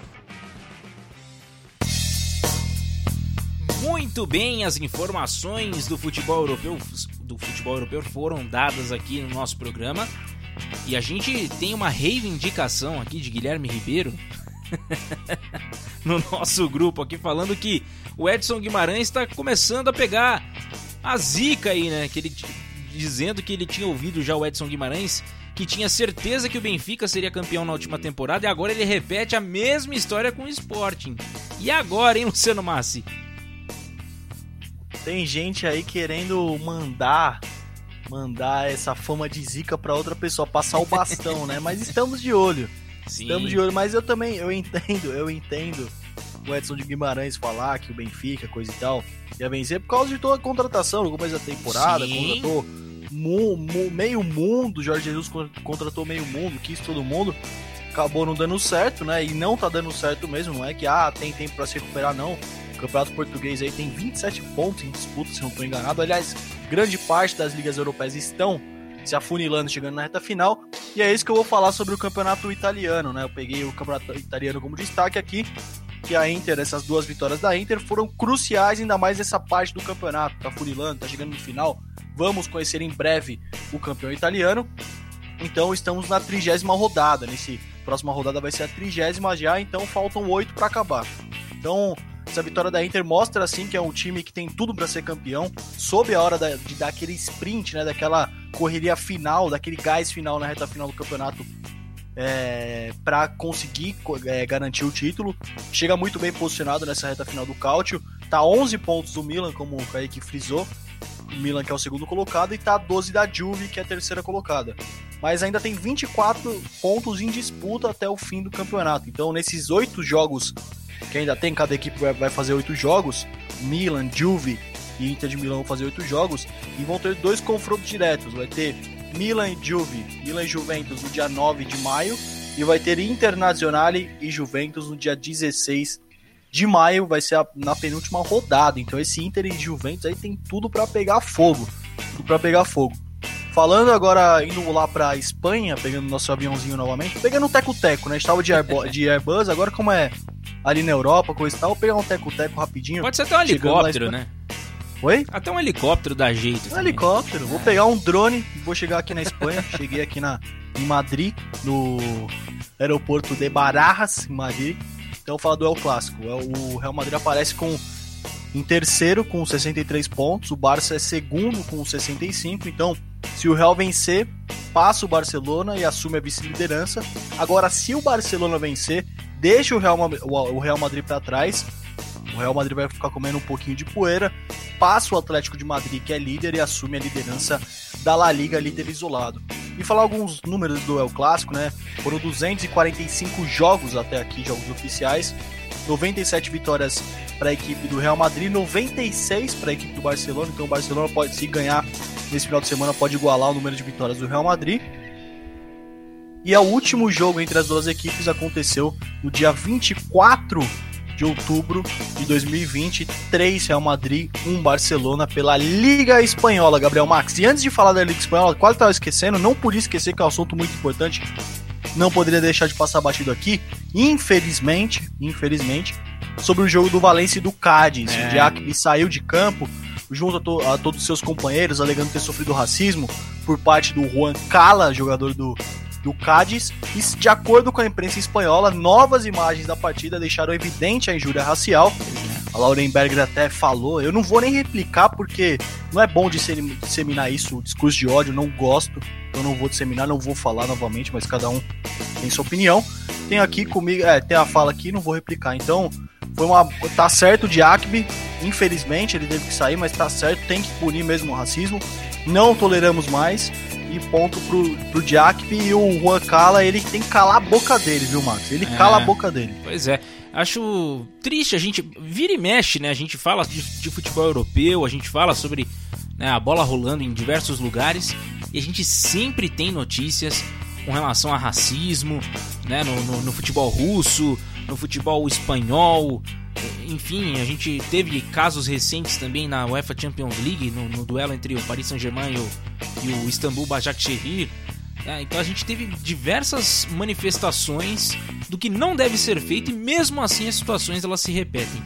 Muito bem, as informações do futebol europeu, do futebol europeu foram dadas aqui no nosso programa. E a gente tem uma reivindicação aqui de Guilherme Ribeiro no nosso grupo aqui, falando que o Edson Guimarães está começando a pegar a zica aí, né? Que ele, dizendo que ele tinha ouvido já o Edson Guimarães, que tinha certeza que o Benfica seria campeão na última temporada, e agora ele repete a mesma história com o Sporting. E agora, hein, Luciano Massi? Tem gente aí querendo mandar mandar essa fama de zica pra outra pessoa, passar o bastão, né? Mas estamos de olho. Sim. Estamos de olho, mas eu também, eu entendo, eu entendo o Edson de Guimarães falar que o Benfica, coisa e tal, ia vencer por causa de toda a contratação no começo da temporada. Sim. Contratou mu, mu, meio mundo, Jorge Jesus contratou meio mundo, quis todo mundo, acabou não dando certo, né? E não tá dando certo mesmo, não é que ah, tem tempo pra se recuperar, não. O Campeonato Português aí tem vinte e sete pontos em disputa, se não estou enganado. Aliás, grande parte das ligas europeias estão se afunilando, chegando na reta final. E é isso que eu vou falar sobre o Campeonato Italiano, né? Eu peguei o Campeonato Italiano como destaque aqui, que a Inter, essas duas vitórias da Inter foram cruciais, ainda mais nessa parte do campeonato. Tá afunilando, tá chegando no final. Vamos conhecer em breve o campeão italiano. Então estamos na trigésima rodada. Nesse próxima rodada vai ser a trigésima já, então faltam oito para acabar. Então essa vitória da Inter mostra assim que é um time que tem tudo para ser campeão, sob a hora da, de dar aquele sprint, né, daquela correria final, daquele gás final na reta final do campeonato, é, para conseguir é, garantir o título. Chega muito bem posicionado nessa reta final do Calcio, tá onze pontos do Milan, como o Kaique frisou, o Milan que é o segundo colocado, e tá doze da Juve, que é a terceira colocada. Mas ainda tem vinte e quatro pontos em disputa até o fim do campeonato. Então nesses oito jogos que ainda tem, cada equipe vai fazer oito jogos, Milan, Juve e Inter de Milão vão fazer oito jogos, e vão ter dois confrontos diretos. Vai ter Milan e Juve, Milan e Juventus no dia nove de maio, e vai ter Internazionale e Juventus no dia dezesseis de maio, vai ser a, na penúltima rodada. Então esse Inter e Juventus aí tem tudo para pegar fogo, tudo para pegar fogo. Falando agora, indo lá pra Espanha, pegando nosso aviãozinho novamente, pegando um teco-teco, né? A gente tava de, Airbo- de Airbus, agora como é ali na Europa, coisa e tal, vou pegar um teco-teco rapidinho. Pode ser até um helicóptero, né? Oi? Até um helicóptero dá jeito. Um também. helicóptero, vou pegar um drone, vou chegar aqui na Espanha, cheguei aqui na, em Madrid, no aeroporto de Barajas, em Madrid. Então vou falar do El Clássico. O Real Madrid aparece com em terceiro com sessenta e três pontos, o Barça é segundo com sessenta e cinco, então se o Real vencer, passa o Barcelona e assume a vice-liderança. Agora, se o Barcelona vencer, deixa o Real, o Real Madrid para trás, o Real Madrid vai ficar comendo um pouquinho de poeira, passa o Atlético de Madrid, que é líder, e assume a liderança da La Liga, líder isolado. E falar alguns números do El Clássico, né? Foram duzentos e quarenta e cinco jogos até aqui, jogos oficiais, noventa e sete vitórias para a equipe do Real Madrid, noventa e seis para a equipe do Barcelona. Então o Barcelona pode, se ganhar nesse final de semana, pode igualar o número de vitórias do Real Madrid. E o último jogo entre as duas equipes aconteceu no dia vinte e quatro de outubro de dois mil e vinte, três Real Madrid, um Barcelona pela Liga Espanhola, Gabriel Max. E antes de falar da Liga Espanhola, quase estava esquecendo, não podia esquecer que é um assunto muito importante, não poderia deixar de passar batido aqui. Infelizmente, infelizmente, sobre o jogo do Valência e do Cádiz. É. O Diakby saiu de campo junto a, to- a todos os seus companheiros, alegando ter sofrido racismo por parte do Juan Cala, jogador do, do Cádiz. E, de acordo com a imprensa espanhola, novas imagens da partida deixaram evidente a injúria racial. A Lauren Berger até falou, eu não vou nem replicar porque não é bom disseminar isso, o discurso de ódio, não gosto, então não vou disseminar, não vou falar novamente, mas cada um tem sua opinião. Tem aqui comigo, é, tem a fala aqui, não vou replicar. Então, foi uma, tá certo o Diakby, infelizmente ele teve que sair, mas tá certo, tem que punir mesmo o racismo, não toleramos mais. E ponto pro, pro Diakby. E o Juan Cala, ele tem que calar a boca dele, viu, Max? Ele é, cala a boca dele. Pois é. Acho triste, a gente vira e mexe, né? A gente fala de, de futebol europeu, a gente fala sobre, né, a bola rolando em diversos lugares. E a gente sempre tem notícias com relação a racismo, né? No, no, no futebol russo, no futebol espanhol. Enfim, a gente teve casos recentes também na UEFA Champions League, no, no duelo entre o Paris Saint-Germain e o, e o Istanbul Başakşehir. É, então a gente teve diversas manifestações do que não deve ser feito e mesmo assim as situações elas se repetem.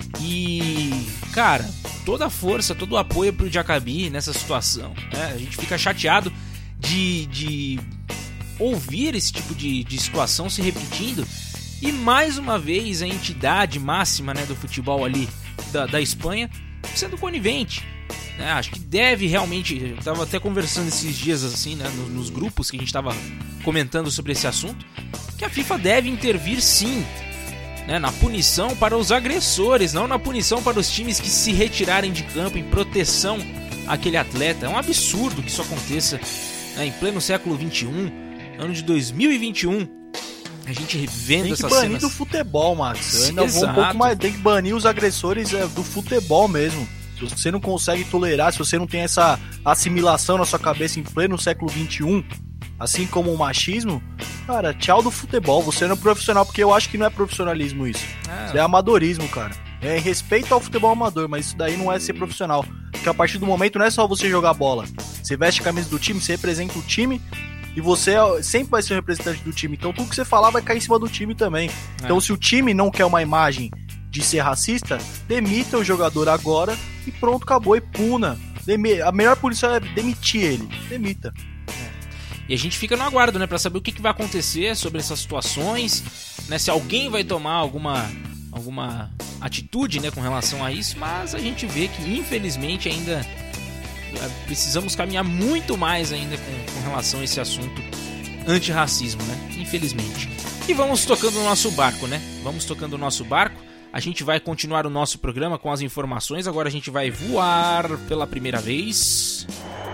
E, cara, toda a força, todo o apoio pro Diakby nessa situação. Né? A gente fica chateado de, de ouvir esse tipo de, de situação se repetindo. E mais uma vez a entidade máxima, né, do futebol ali da, da Espanha sendo conivente. É, acho que deve realmente. Eu estava até conversando esses dias assim, né, nos, nos grupos que a gente estava comentando sobre esse assunto, que a FIFA deve intervir sim, né, na punição para os agressores, não na punição para os times que se retirarem de campo em proteção àquele atleta. É um absurdo que isso aconteça, né, em pleno século vinte e um, ano de dois mil e vinte e um. A gente revendo essas cenas. Tem que banir do futebol, Max. Eu ainda Exato. vou um pouco mais. Tem que banir os agressores é, do futebol mesmo. Se você não consegue tolerar, se você não tem essa assimilação na sua cabeça em pleno século vinte e um, assim como o machismo, cara, tchau do futebol. Você não é profissional, porque eu acho que não é profissionalismo isso. É. Isso é amadorismo, cara. É respeito ao futebol amador, mas isso daí não é ser profissional. Porque a partir do momento não é só você jogar bola. Você veste a camisa do time, você representa o time. E você sempre vai ser o representante do time. Então tudo que você falar vai cair em cima do time também. É. Então se o time não quer uma imagem de ser racista, demita o jogador agora e pronto, acabou. E puna. Demi- a melhor punição é demitir ele. Demita. É. E a gente fica no aguardo, né? Pra saber o que, que vai acontecer sobre essas situações, né? Se alguém vai tomar alguma, alguma atitude, né, com relação a isso. Mas a gente vê que infelizmente ainda precisamos caminhar muito mais ainda com, com relação a esse assunto antirracismo, né? Infelizmente. E vamos tocando o nosso barco, né? Vamos tocando o nosso barco. A gente vai continuar o nosso programa com as informações. Agora a gente vai voar pela primeira vez.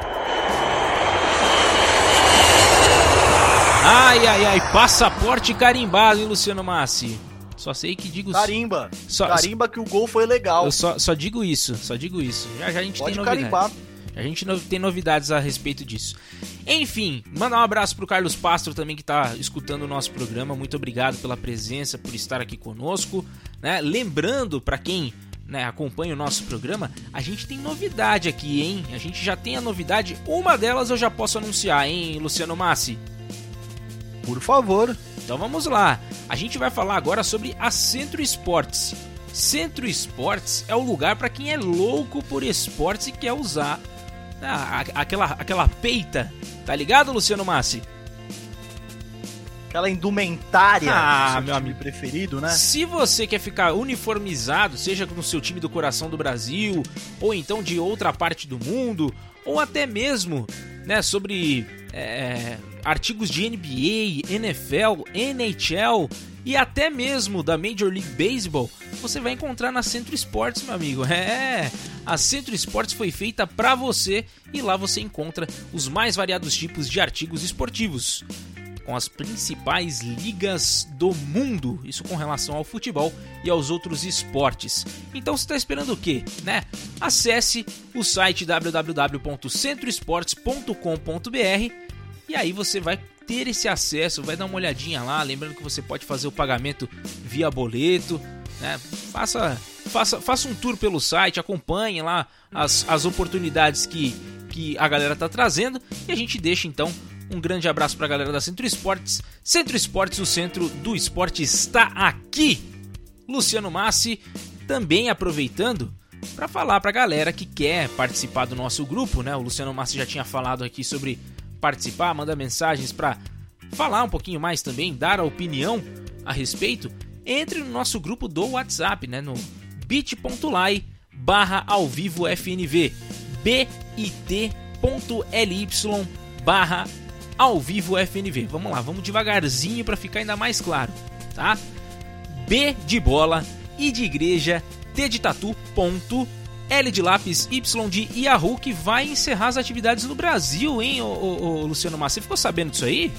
Ai, ai, ai. Passaporte carimbado, hein, Luciano Massi? Só sei que digo... Carimba. Só, Carimba que o gol foi legal. Eu só, só digo isso, só digo isso. Já, já a gente Pode tem novidade. carimbar. A gente tem novidades a respeito disso. Enfim, mandar um abraço pro Carlos Pastro também, que tá escutando o nosso programa. Muito obrigado pela presença, por estar aqui conosco, né? Lembrando, para quem, né, acompanha o nosso programa, a gente tem novidade aqui, hein? A gente já tem a novidade. Uma delas eu já posso anunciar, hein, Luciano Massi? Por favor. Então vamos lá. A gente vai falar agora sobre a Centro Esportes. Centro Esportes é o lugar para quem é louco por esportes e quer usar ah, aquela, aquela peita, tá ligado, Luciano Massi? Aquela indumentária, ah, seu meu time amigo preferido, né? Se você quer ficar uniformizado, seja no seu time do coração do Brasil, ou então de outra parte do mundo, ou até mesmo, né, sobre é, artigos de N B A, N F L, N H L e até mesmo da Major League Baseball, você vai encontrar na Centro Esportes, meu amigo. É, a Centro Esportes foi feita para você e lá você encontra os mais variados tipos de artigos esportivos, com as principais ligas do mundo, isso com relação ao futebol e aos outros esportes. Então você está esperando o quê, né? Acesse o site w w w ponto centro esportes ponto com ponto b r e aí você vai ter esse acesso, vai dar uma olhadinha lá, lembrando que você pode fazer o pagamento via boleto, né? Faça, faça, faça um tour pelo site, acompanhe lá as, as oportunidades que, que a galera está trazendo e a gente deixa então um grande abraço para a galera da Centro Esportes. Centro Esportes, o centro do esporte está aqui. Luciano Massi, também aproveitando para falar para a galera que quer participar do nosso grupo, né? O Luciano Massi já tinha falado aqui sobre participar, mandar mensagens para falar um pouquinho mais também, dar a opinião a respeito. Entre no nosso grupo do WhatsApp, né? No bit.ly barra ao vivo FNV, bit.ly barra ao vivo FNV. Vamos lá, vamos devagarzinho para ficar ainda mais claro, tá? B de bola, I de igreja, T de tatu, ponto, L de lápis, Y de Yahoo, que vai encerrar as atividades no Brasil, hein, ô, ô, ô, Luciano Massa? Você ficou sabendo disso aí?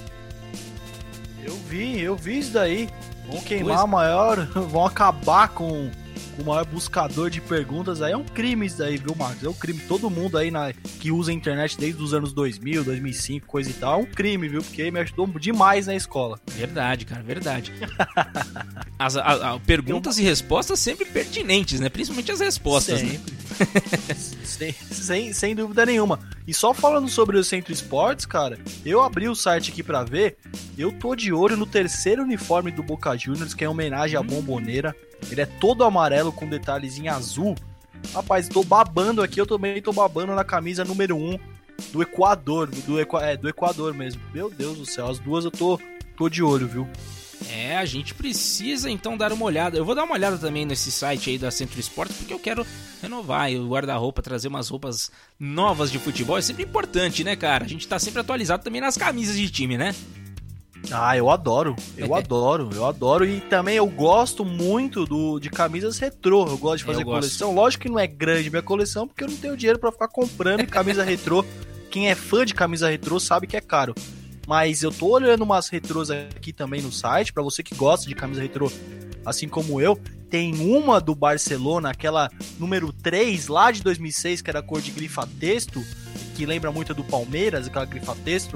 Eu vi, eu vi isso daí. Vão queimar a maior, vão acabar com, com o maior buscador de perguntas. Aí é um crime isso daí, viu, Marcos? É um crime. Todo mundo aí na, que usa a internet desde os anos dois mil, dois mil e cinco, coisa e tal, é um crime, viu? Porque me ajudou demais na escola. Verdade, cara, verdade. As a, a, perguntas Eu... e respostas sempre pertinentes, né? Principalmente as respostas, sempre. Né? sem, sem, sem dúvida nenhuma. E só falando sobre o Centro Esportes, cara, eu abri o site aqui pra ver, eu tô de olho no terceiro uniforme do Boca Juniors, que é em homenagem à Bomboneira. Ele é todo amarelo com detalhes em azul. Rapaz, tô babando aqui, eu também tô babando na camisa número um do Equador, do, Equa, é, do Equador mesmo. Meu Deus do céu, as duas eu tô, tô de olho, viu? É, a gente precisa então dar uma olhada. Eu vou dar uma olhada também nesse site aí da Centro Esportes, porque eu quero renovar o guarda-roupa, trazer umas roupas novas de futebol. É sempre importante, né, cara? A gente tá sempre atualizado também nas camisas de time, né? Ah, eu adoro, eu adoro, eu adoro. E também eu gosto muito do, de camisas retrô. Eu gosto de fazer eu coleção. Gosto. Lógico que não é grande minha coleção, porque eu não tenho dinheiro pra ficar comprando camisa retrô. Quem é fã de camisa retrô sabe que é caro. Mas eu tô olhando umas retrôs aqui também no site, pra você que gosta de camisa retrô, assim como eu. Tem uma do Barcelona, aquela número três, lá de dois mil e seis, que era a cor de grifa-texto, que lembra muito do Palmeiras, aquela grifa-texto.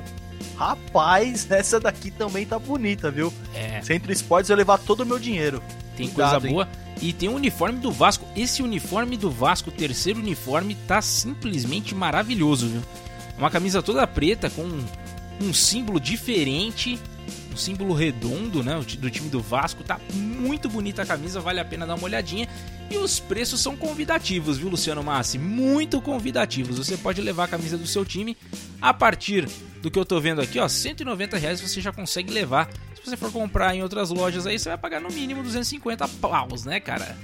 Rapaz, essa daqui também tá bonita, viu? É. Centro Esportes vai levar todo o meu dinheiro. Tem Cuidado, coisa boa. Hein? E tem o uniforme do Vasco. Esse uniforme do Vasco, o terceiro uniforme, tá simplesmente maravilhoso, viu? Uma camisa toda preta com um símbolo diferente, um símbolo redondo, né, do time do Vasco. Tá muito bonita a camisa, vale a pena dar uma olhadinha. E os preços são convidativos, viu, Luciano Massi? Muito convidativos. Você pode levar a camisa do seu time a partir do que eu tô vendo aqui, ó, cento e noventa reais você já consegue levar. Se você for comprar em outras lojas aí, você vai pagar no mínimo duzentos e cinquenta paus, né, cara?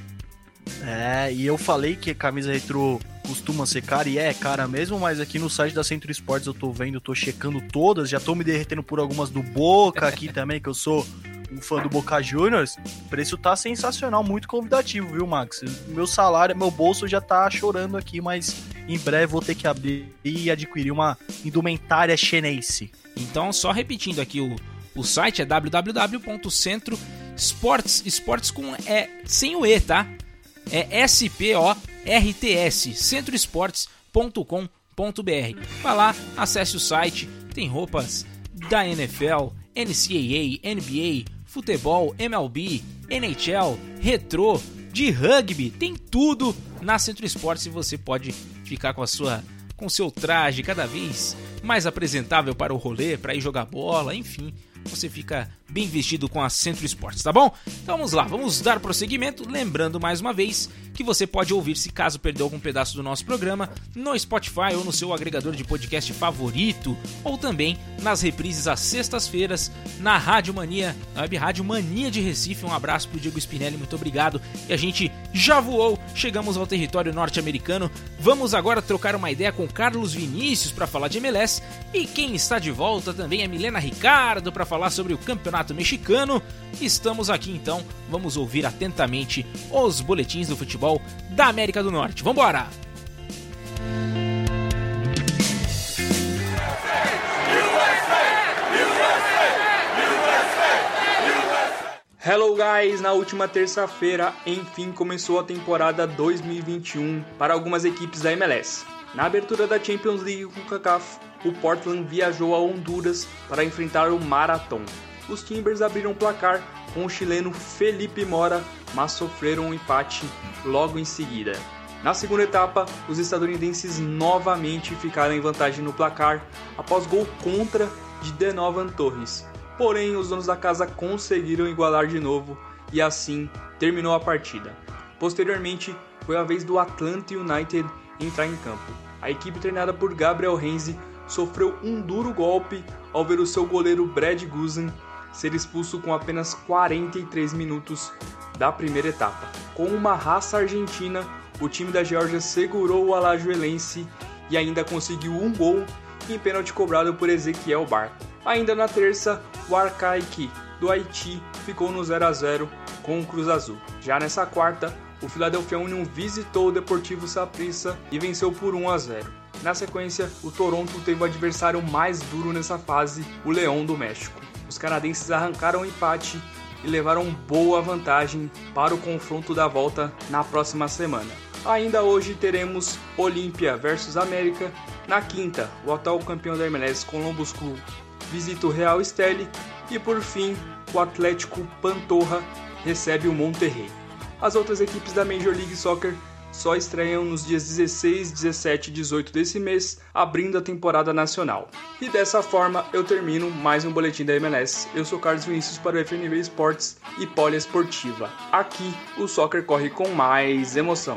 É, e eu falei que a camisa retrô costuma ser cara, e é cara mesmo, mas aqui no site da Centro Esportes eu tô vendo, tô checando todas, já tô me derretendo por algumas do Boca aqui também, que eu sou um fã do Boca Juniors. O preço tá sensacional, muito convidativo, viu, Max? Meu salário, meu bolso já tá chorando aqui, mas em breve vou ter que abrir e adquirir uma indumentária chinense. Então, só repetindo aqui, o, o site é w w w ponto centro esportes, esportes com é sem o E, tá? É S P O R T S, centro esportes ponto com ponto b r. Vai lá, acesse o site, tem roupas da N F L, N C A A, N B A, futebol, M L B, N H L, retrô, de rugby, tem tudo na Centro Esportes e você pode ficar com a sua, com seu traje cada vez mais apresentável para o rolê, para ir jogar bola, enfim. Você fica bem vestido com a Centro Esportes, tá bom? Então vamos lá, vamos dar prosseguimento, lembrando mais uma vez que você pode ouvir, se caso perdeu algum pedaço do nosso programa, no Spotify ou no seu agregador de podcast favorito, ou também nas reprises às sextas-feiras na Rádio Mania, na Web Rádio Mania de Recife. Um abraço pro Diego Spinelli, muito obrigado. E a gente já voou, chegamos ao território norte-americano. Vamos agora trocar uma ideia com Carlos Vinícius para falar de M L S, e quem está de volta também é Milena Ricardo para falar sobre o Campeonato Mexicano. Estamos aqui então, vamos ouvir atentamente os boletins do futebol da América do Norte. Vambora! Hello guys, na última terça-feira, enfim, começou a temporada dois mil e vinte e um para algumas equipes da M L S. Na abertura da Champions League com o CONCACAF, o Portland viajou a Honduras para enfrentar o Marathon. Os Timbers abriram o placar com o chileno Felipe Mora, mas sofreram um empate logo em seguida. Na segunda etapa, os estadunidenses novamente ficaram em vantagem no placar após gol contra de Denovan Torres. Porém, os donos da casa conseguiram igualar de novo e assim terminou a partida. Posteriormente, foi a vez do Atlanta United entrar em campo. A equipe treinada por Gabriel Heinze sofreu um duro golpe ao ver o seu goleiro Brad Guzan ser expulso com apenas quarenta e três minutos da primeira etapa. Com uma raça argentina, o time da Geórgia segurou o alajuelense e ainda conseguiu um gol em pênalti cobrado por Ezequiel Bar. Ainda na terça, o Arcaic do Haiti ficou no zero a zero com o Cruz Azul. Já nessa quarta, o Philadelphia Union visitou o Deportivo Saprissa e venceu por um a zero. Na sequência, o Toronto teve o adversário mais duro nessa fase, o Leão do México. Os canadenses arrancaram o empate e levaram boa vantagem para o confronto da volta na próxima semana. Ainda hoje teremos Olímpia versus América. Na quinta, o atual campeão da M L S Columbus Crew visita o Real Estelí e por fim, o Atlético Pantorra recebe o Monterrey. As outras equipes da Major League Soccer só estreiam nos dias dezesseis, dezessete e dezoito desse mês, abrindo a temporada nacional. E dessa forma eu termino mais um boletim da M L S. Eu sou Carlos Vinícius para o F N V Esportes e Poliesportiva. Aqui o soccer corre com mais emoção.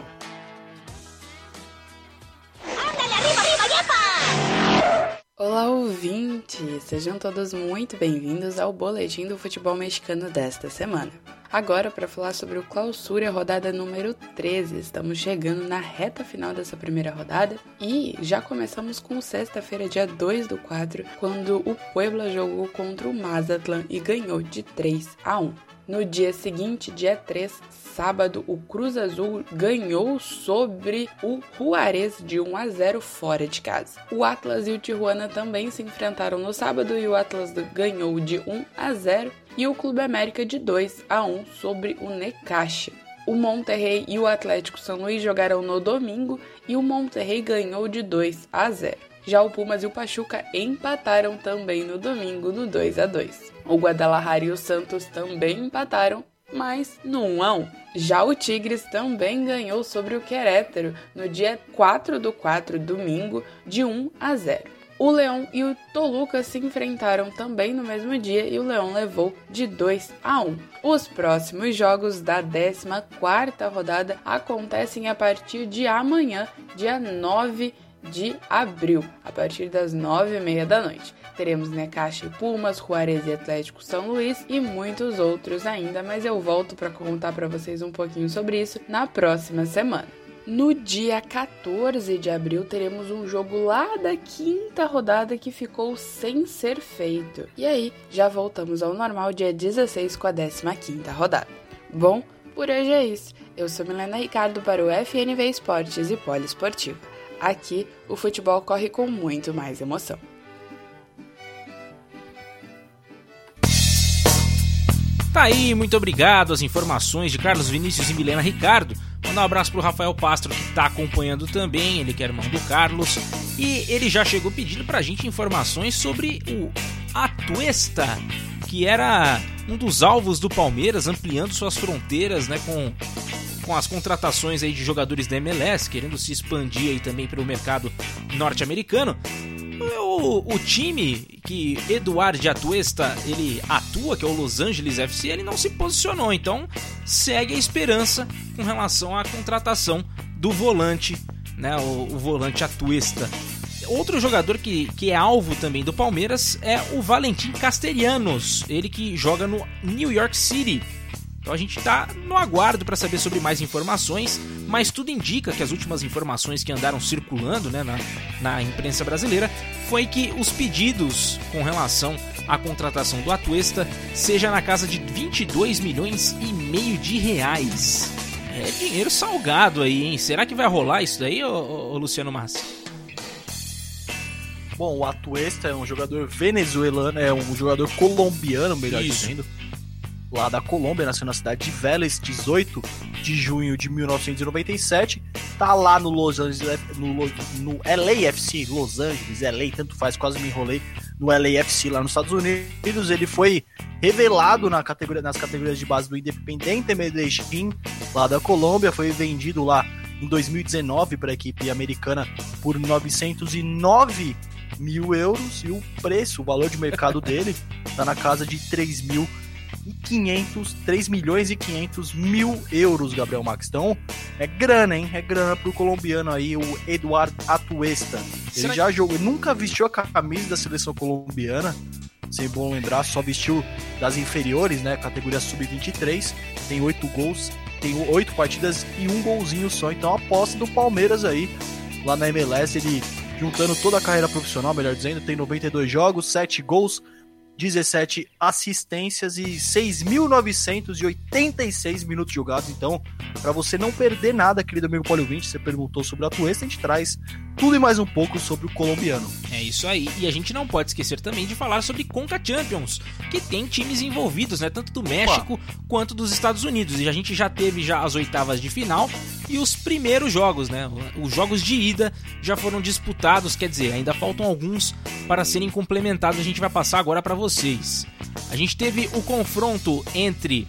Olá, ouvintes! Sejam todos muito bem-vindos ao Boletim do Futebol Mexicano desta semana. Agora, para falar sobre o Clausura, rodada número treze. Estamos chegando na reta final dessa primeira rodada e já começamos com sexta-feira, dia dois do quatro, quando o Puebla jogou contra o Mazatlán e ganhou de três a um. No dia seguinte, dia três, sábado, o Cruz Azul ganhou sobre o Juárez de um a zero fora de casa. O Atlas e o Tijuana também se enfrentaram no sábado e o Atlas ganhou de um a zero e o Clube América de dois a um sobre o Necaxa. O Monterrey e o Atlético São Luís jogaram no domingo e o Monterrey ganhou de dois a zero. Já o Pumas e o Pachuca empataram também no domingo no dois a dois. O Guadalajara e o Santos também empataram, mas no um a um. Já o Tigres também ganhou sobre o Querétaro no dia quatro do quatro, domingo, de um a zero. O Leão e o Toluca se enfrentaram também no mesmo dia e o Leão levou de dois a um. Os próximos jogos da décima quarta rodada acontecem a partir de amanhã, dia nove de abril, a partir das nove e meia da noite. Teremos Necaxa e Pumas, Juárez e Atlético São Luís e muitos outros ainda, mas eu volto para contar para vocês um pouquinho sobre isso na próxima semana. No dia quatorze de abril teremos um jogo lá da quinta rodada que ficou sem ser feito. E aí, já voltamos ao normal dia dezesseis com a décima quinta rodada. Bom, por hoje é isso. Eu sou Milena Ricardo para o F N V Esportes e Poliesportiva. Aqui, o futebol corre com muito mais emoção. Tá aí, muito obrigado. As informações de Carlos Vinícius e Milena Ricardo. Mandar um abraço pro Rafael Pastro, que tá acompanhando também, ele que é irmão do Carlos. E ele já chegou pedindo pra gente informações sobre o Atuesta, que era um dos alvos do Palmeiras, ampliando suas fronteiras, né, com... com as contratações aí de jogadores da M L S, querendo se expandir aí também para o mercado norte-americano. O, o time que Eduardo Atuesta ele atua, que é o Los Angeles F C, ele não se posicionou, então segue a esperança com relação à contratação do volante, né, o, o volante Atuesta. Outro jogador que, que é alvo também do Palmeiras é o Valentim Castellanos, ele que joga no New York City. Então a gente está no aguardo para saber sobre mais informações, mas tudo indica que as últimas informações que andaram circulando, né, na, na imprensa brasileira foi que os pedidos com relação à contratação do Atuesta seja na casa de vinte e dois milhões e meio de reais. É dinheiro salgado aí, hein? Será que vai rolar isso daí, ô, ô, ô Luciano Massi? Bom, o Atuesta é um jogador venezuelano, é um jogador colombiano, melhor isso. dizendo. Lá da Colômbia, nasceu na cidade de Vélez, dezoito de junho de mil novecentos e noventa e sete. Tá lá no Los Angeles, no, no L A F C, Los Angeles, L A, tanto faz, quase me enrolei. No L A F C lá nos Estados Unidos, ele foi revelado na categoria, nas categorias de base do Independiente Medellín, lá da Colômbia. Foi vendido lá em dois mil e dezenove para a equipe americana por novecentos e nove mil euros. E o preço, o valor de mercado dele, tá na casa de três mil e quinhentos, três milhões e quinhentos mil euros, Gabriel Max. Então, é grana, hein? É grana pro colombiano aí, o Eduardo Atuesta. Ele Será já que... jogou, nunca vestiu a camisa da seleção colombiana, sem bom lembrar, só vestiu das inferiores, né? Categoria sub vinte e três, tem oito gols, tem oito partidas e um golzinho só. Então, a aposta do Palmeiras aí, lá na M L S, ele juntando toda a carreira profissional, melhor dizendo, tem noventa e dois jogos, sete gols, dezessete assistências e seis mil novecentos e oitenta e seis minutos jogados. Então, para você não perder nada, querido amigo Poli ouvinte, você perguntou sobre o Atuesta, a gente traz tudo e mais um pouco sobre o colombiano. É isso aí, e a gente não pode esquecer também de falar sobre Conca Champions, que tem times envolvidos, né, tanto do México Opa. quanto dos Estados Unidos, e a gente já teve já as oitavas de final e os primeiros jogos, né, os jogos de ida já foram disputados, quer dizer, ainda faltam alguns para serem complementados, a gente vai passar agora para vocês. A gente teve o confronto entre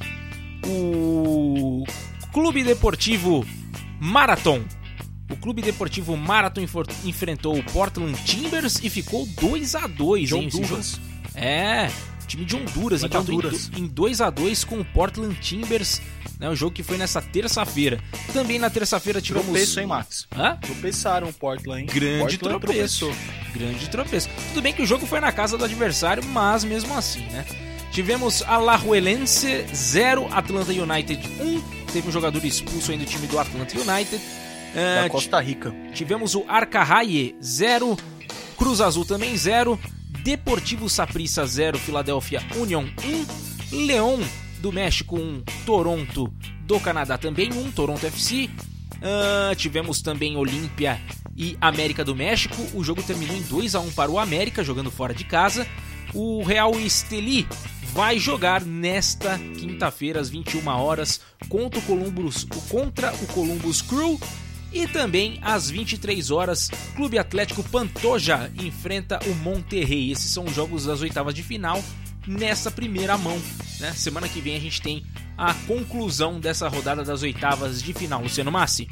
o Clube Deportivo Marathon. O Clube Deportivo Marathon enfrentou o Portland Timbers e ficou dois a dois, hein? Honduras. É, time de Honduras, Vai enquanto Honduras. em dois a dois com o Portland Timbers, né, o jogo que foi nessa terça-feira. Também na terça-feira tivemos... Tropeço, hein, Max? Hã? Tropeçaram o Portland, hein? Grande Portland tropeço. Grande tropeço. Tudo bem que o jogo foi na casa do adversário, mas mesmo assim, né? Tivemos Alajuelense zero, Atlanta United um. Teve um jogador expulso aí do time do Atlanta United. Da uh, Costa Rica. Tivemos o Arcarraie zero, Cruz Azul também zero, Deportivo Saprissa zero, Philadelphia Union um, León do México um, Toronto do Canadá também um, Toronto F C. Uh, tivemos também Olímpia e América do México. O jogo terminou em dois a um para o América, jogando fora de casa. O Real Estelí vai jogar nesta quinta-feira às vinte e uma horas contra o Columbus, contra o Columbus Crew. E também às vinte e três horas, Clube Atlético Pantoja enfrenta o Monterrey. Esses são os jogos das oitavas de final nessa primeira mão, né? Semana que vem a gente tem a conclusão dessa rodada das oitavas de final. Luciano Massi.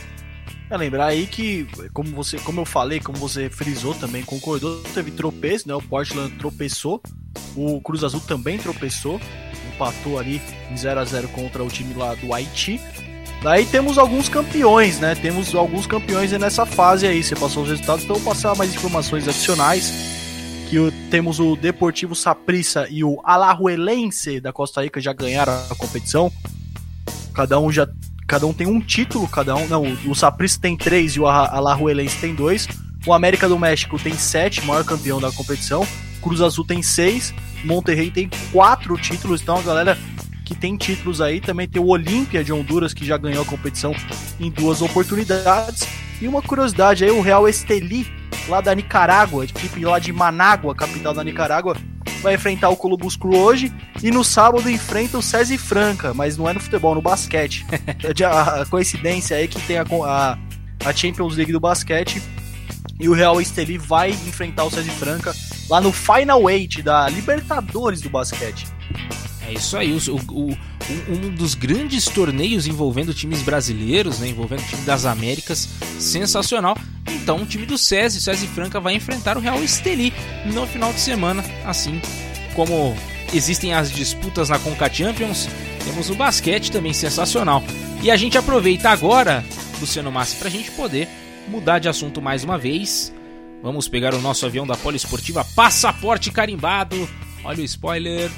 É lembrar aí que, como, você, como eu falei, como você frisou também, concordou, teve tropeço, né? O Portland tropeçou, o Cruz Azul também tropeçou, empatou ali em zero a zero contra o time lá do Haiti. Daí temos alguns campeões, né? Temos alguns campeões nessa fase aí. Você passou os resultados, então eu vou passar mais informações adicionais. Que o, temos o Deportivo Saprissa e o Alajuelense da Costa Rica já ganharam a competição. Cada um já, cada um tem um título, cada um. Não, o Saprissa tem três e o Alajuelense tem dois. O América do México tem sete, maior campeão da competição. Cruz Azul tem seis. Monterrey tem quatro títulos. Então a galera que tem títulos aí, também tem o Olímpia de Honduras, que já ganhou a competição em duas oportunidades. E uma curiosidade aí, o Real Estelí, lá da Nicarágua, equipe lá de Manágua, capital da Nicarágua, vai enfrentar o Columbus Crew hoje, e no sábado enfrenta o César Franca, mas não é no futebol, no basquete. A coincidência aí que tem a, a, a Champions League do basquete, e o Real Estelí vai enfrentar o César Franca lá no Final Eight da Libertadores do basquete. É isso aí, o, o, um dos grandes torneios envolvendo times brasileiros, né, envolvendo o time das Américas, sensacional. Então o time do César, César Franca, vai enfrentar o Real Estelí no final de semana, assim como existem as disputas na Conca Champions, temos o basquete também sensacional. E a gente aproveita agora, Luciano Massi, para a gente poder mudar de assunto mais uma vez. Vamos pegar o nosso avião da Poliesportiva, passaporte carimbado. Olha o spoiler.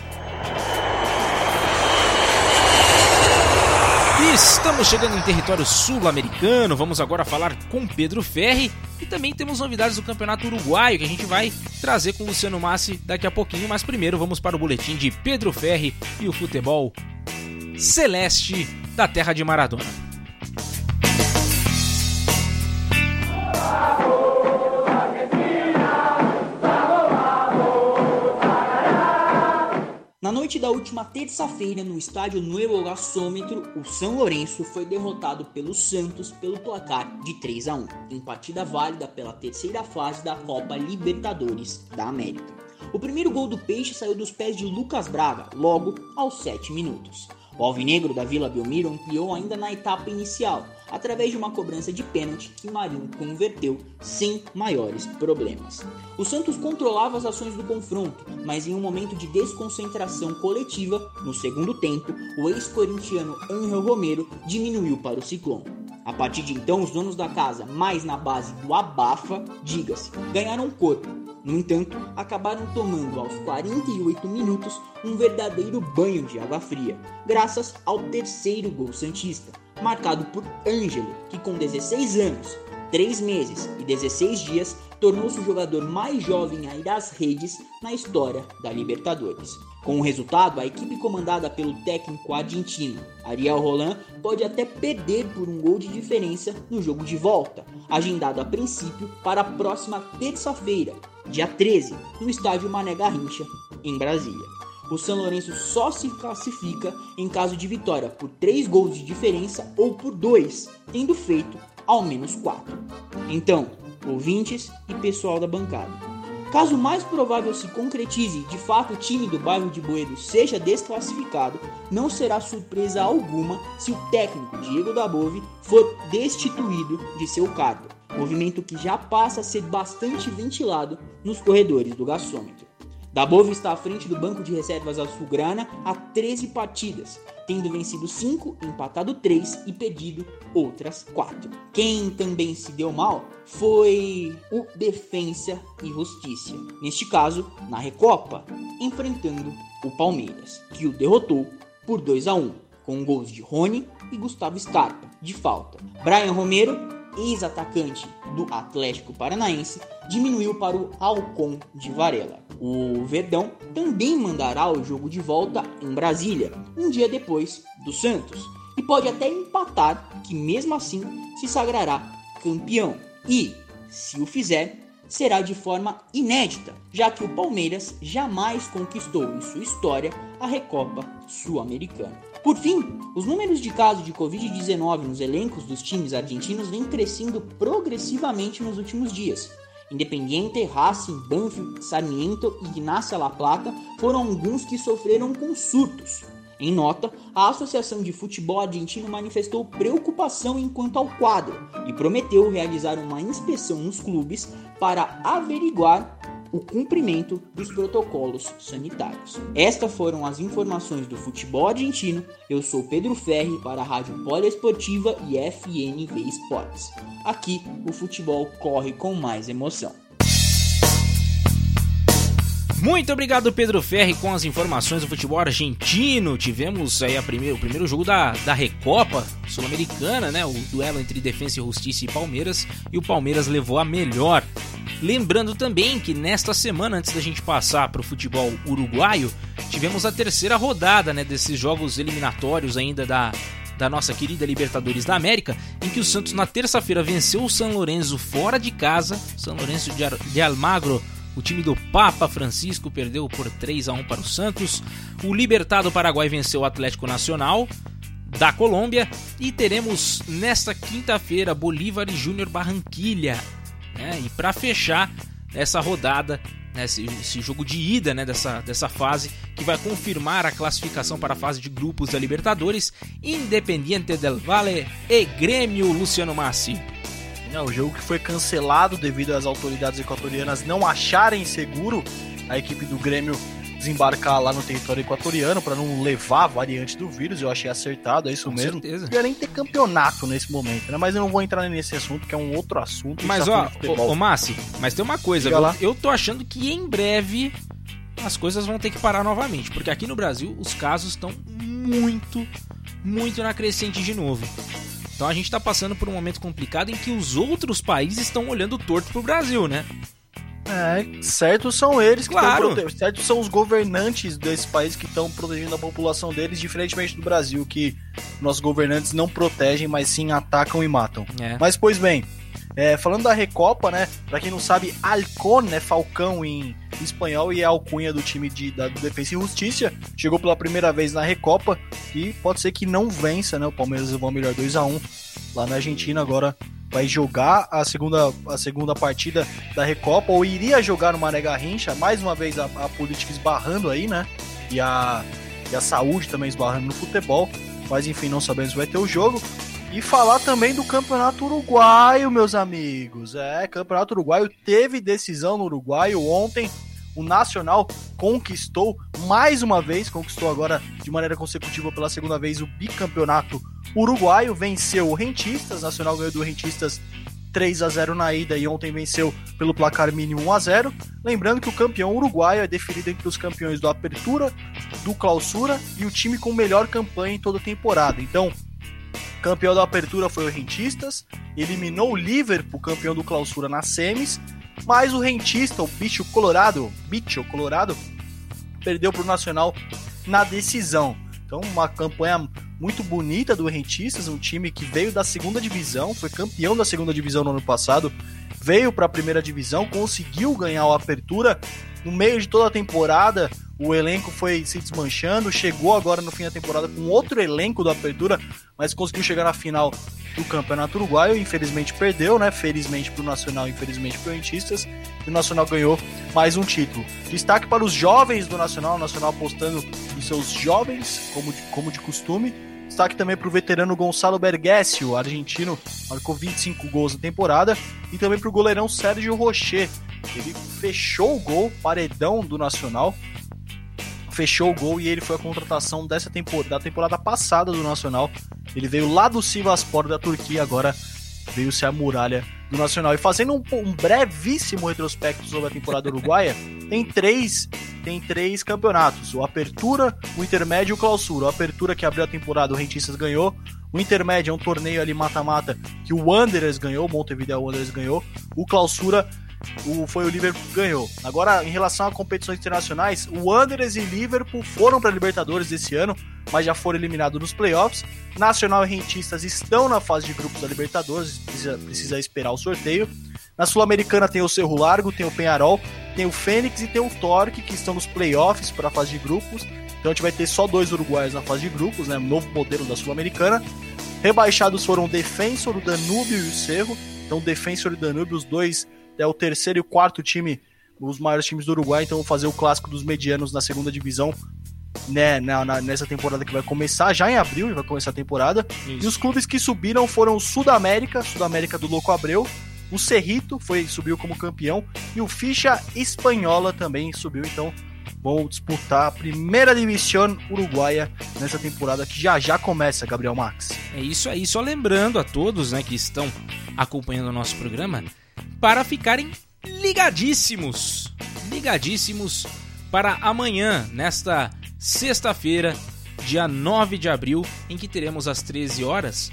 Estamos chegando em território sul-americano, vamos agora falar com Pedro Ferri e também temos novidades do Campeonato Uruguaio que a gente vai trazer com o Luciano Massi daqui a pouquinho, mas primeiro vamos para o boletim de Pedro Ferri e o futebol celeste da terra de Maradona. Na noite da última terça-feira, no estádio Nuevo Gasômetro, o São Lourenço foi derrotado pelo Santos pelo placar de três a um, em partida válida pela terceira fase da Copa Libertadores da América. O primeiro gol do Peixe saiu dos pés de Lucas Braga, logo aos sete minutos. O alvinegro da Vila Belmiro ampliou ainda na etapa inicial, através de uma cobrança de pênalti que Marinho converteu sem maiores problemas. O Santos controlava as ações do confronto, mas em um momento de desconcentração coletiva, no segundo tempo, o ex-corintiano Ángel Romero diminuiu para o Ciclone. A partir de então, os donos da casa, mais na base do abafa, diga-se, ganharam corpo. No entanto, acabaram tomando aos quarenta e oito minutos um verdadeiro banho de água fria, graças ao terceiro gol santista, marcado por Ângelo, que com dezesseis anos, três meses e dezesseis dias, tornou-se o jogador mais jovem a ir às redes na história da Libertadores. Com o resultado, a equipe comandada pelo técnico argentino Ariel Roland pode até perder por um gol de diferença no jogo de volta, agendado a princípio para a próxima terça-feira, dia treze, no estádio Mané Garrincha, em Brasília. O São Lourenço só se classifica em caso de vitória por três gols de diferença ou por dois, tendo feito ao menos quatro. Então, ouvintes e pessoal da bancada, caso o mais provável se concretize, de fato o time do bairro de Boedo seja desclassificado, não será surpresa alguma se o técnico Diego Dabove for destituído de seu cargo, movimento que já passa a ser bastante ventilado nos corredores do gasômetro. Dabove está à frente do banco de reservas azulgrana há treze partidas, tendo vencido cinco, empatado três e perdido outras quatro. Quem também se deu mal foi o Defensa e Justiça, neste caso na Recopa, enfrentando o Palmeiras, que o derrotou por dois a um, com gols de Rony e Gustavo Scarpa, de falta. Brian Romero, ex-atacante do Atlético Paranaense, diminuiu para o Alcon de Varela. O Verdão também mandará o jogo de volta em Brasília, um dia depois do Santos, e pode até empatar, que mesmo assim se sagrará campeão. E, se o fizer, será de forma inédita, já que o Palmeiras jamais conquistou em sua história a Recopa Sul-Americana. Por fim, os números de casos de covid dezenove nos elencos dos times argentinos vêm crescendo progressivamente nos últimos dias. Independiente, Racing, Banfield, Sarmiento e Gimnasia La Plata foram alguns que sofreram com surtos. Em nota, a Associação de Futebol Argentino manifestou preocupação enquanto ao quadro e prometeu realizar uma inspeção nos clubes para averiguar o cumprimento dos protocolos sanitários. Estas foram as informações do futebol argentino. Eu sou Pedro Ferri para a Rádio Poliesportiva e F N V Esportes. Aqui o futebol corre com mais emoção. Muito obrigado, Pedro Ferri, com as informações do futebol argentino. Tivemos aí a primeiro, o primeiro jogo da, da Recopa Sul-Americana, né? O duelo entre Defensa e Justiça e Palmeiras, e o Palmeiras levou a melhor. Lembrando também que nesta semana, antes da gente passar para o futebol uruguaio, tivemos a terceira rodada, né, desses jogos eliminatórios ainda da, da nossa querida Libertadores da América, em que o Santos na terça-feira venceu o São Lourenço fora de casa. São Lourenço de, Ar- de Almagro, o time do Papa Francisco, perdeu por três a um para o Santos. O Libertad Paraguai venceu o Atlético Nacional da Colômbia. E teremos nesta quinta-feira Bolívar e Júnior Barranquilla. Né? E para fechar essa rodada, né, esse, esse jogo de ida, né, dessa, dessa fase, que vai confirmar a classificação para a fase de grupos da Libertadores, Independiente del Valle e Grêmio, Luciano Massi. Não, o jogo que foi cancelado devido às autoridades equatorianas não acharem seguro a equipe do Grêmio desembarcar lá no território equatoriano para não levar a variante do vírus. Eu achei acertado, é isso Com mesmo. certeza. Não ia nem ter campeonato nesse momento, né? Mas eu não vou entrar nesse assunto, que é um outro assunto. Mas ó, ô, ô Massi, mas tem uma coisa, eu, eu tô achando que em breve as coisas vão ter que parar novamente, porque aqui no Brasil os casos estão muito, muito na crescente de novo. Então a gente tá passando por um momento complicado em que os outros países estão olhando torto pro Brasil, né? É, certos são eles que claro. estão prote... certos são os governantes desse país que estão protegendo a população deles, diferentemente do Brasil, que nossos governantes não protegem, mas sim atacam e matam. É. Mas, pois bem, é, falando da Recopa, né? Pra quem não sabe, Halcón, né? Falcão em espanhol, e é a alcunha do time de, da Defensa e Justiça. Chegou pela primeira vez na Recopa e pode ser que não vença, né? O Palmeiras levou a melhor dois a um lá na Argentina. Agora vai jogar a segunda, a segunda partida da Recopa, ou iria jogar no Mané Garrincha, mais uma vez a, a política esbarrando aí, né? E a, e a saúde também esbarrando no futebol, mas enfim, não sabemos se vai ter o jogo. E falar também do Campeonato Uruguaio, meus amigos. É, Campeonato Uruguaio teve decisão no Uruguaio ontem. O Nacional conquistou mais uma vez, conquistou agora de maneira consecutiva pela segunda vez o bicampeonato uruguaio, venceu o Rentistas, Nacional ganhou do Rentistas três a zero na ida e ontem venceu pelo placar mínimo um a zero. Lembrando que o campeão uruguaio é definido entre os campeões do Apertura, do Clausura e o time com melhor campanha em toda a temporada. Então, campeão da Apertura foi o Rentistas, eliminou o Liverpool, campeão do Clausura, nas semis, mas o Rentista, o bicho colorado, bicho colorado, perdeu para o Nacional na decisão. Então, uma campanha muito bonita do Rentistas, um time que veio da segunda divisão, foi campeão da segunda divisão no ano passado, veio para a primeira divisão, conseguiu ganhar a Apertura. No meio de toda a temporada, o elenco foi se desmanchando, chegou agora no fim da temporada com outro elenco da Apertura, mas conseguiu chegar na final do Campeonato Uruguaio. Infelizmente perdeu, né? Felizmente pro Nacional, infelizmente pro Rentistas, e o Nacional ganhou mais um título. Destaque para os jovens do Nacional, o Nacional apostando nos seus jovens, como de, como de costume. Destaque também para o veterano Gonçalo Bergesio, argentino, marcou vinte e cinco gols na temporada, e também para o goleirão Sérgio Rocher. Ele fechou o gol, paredão do Nacional, fechou o gol, e ele foi a contratação dessa temporada, da temporada passada do Nacional. Ele veio lá do Sivasspor da Turquia, agora veio ser a muralha do Nacional. E fazendo um, um brevíssimo retrospecto sobre a temporada uruguaia, tem três, tem três campeonatos: o Apertura, o Intermédio e o Clausura. O Apertura, que abriu a temporada, o Rentistas ganhou. O Intermédio é um torneio ali mata-mata que o Wanderers ganhou, o Montevideo Wanderers ganhou. O Clausura O, foi o Liverpool que ganhou. Agora, em relação a competições internacionais, o Wanderers e Liverpool foram para a Libertadores desse ano, mas já foram eliminados nos playoffs. Nacional e Rentistas estão na fase de grupos da Libertadores, precisa, precisa esperar o sorteio. Na Sul-Americana tem o Cerro Largo, tem o Peñarol, tem o Fênix e tem o Torque, que estão nos playoffs para a fase de grupos. Então a gente vai ter só dois uruguaios na fase de grupos, né? Novo modelo da Sul-Americana. Rebaixados foram o Defensor, o Danúbio e o Cerro. Então o Defensor e o Danúbio, os dois, é o terceiro e o quarto time, os maiores times do Uruguai. Então vão fazer o clássico dos medianos na segunda divisão, né, na, na, nessa temporada que vai começar, já em abril vai começar a temporada. Isso. E os clubes que subiram foram o Sudamérica, Sudamérica do Louco Abreu, o Cerrito foi, subiu como campeão, e o Ficha Espanhola também subiu. Então vão disputar a primeira divisão uruguaia nessa temporada que já já começa, Gabriel Max. É isso aí, só lembrando a todos, né, que estão acompanhando o nosso programa, para ficarem ligadíssimos, ligadíssimos para amanhã, nesta sexta-feira, dia nove de abril, em que teremos às treze horas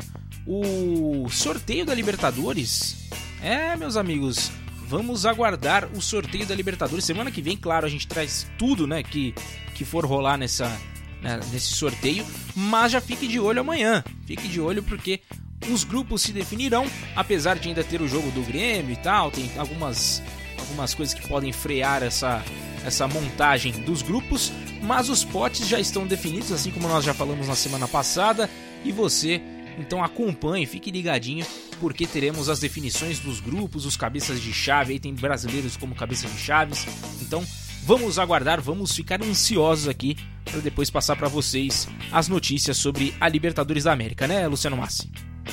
o sorteio da Libertadores. É, meus amigos, vamos aguardar o sorteio da Libertadores. Semana que vem, claro, a gente traz tudo, né, que, que for rolar nessa, né, nesse sorteio, mas já fique de olho amanhã, fique de olho porque os grupos se definirão, apesar de ainda ter o jogo do Grêmio e tal, tem algumas, algumas coisas que podem frear essa, essa montagem dos grupos, mas os potes já estão definidos, assim como nós já falamos na semana passada, e você, então, acompanhe, fique ligadinho, porque teremos as definições dos grupos, os cabeças de chave, aí tem brasileiros como cabeça de chaves, então vamos aguardar, vamos ficar ansiosos aqui para depois passar para vocês as notícias sobre a Libertadores da América, né, Luciano Massi?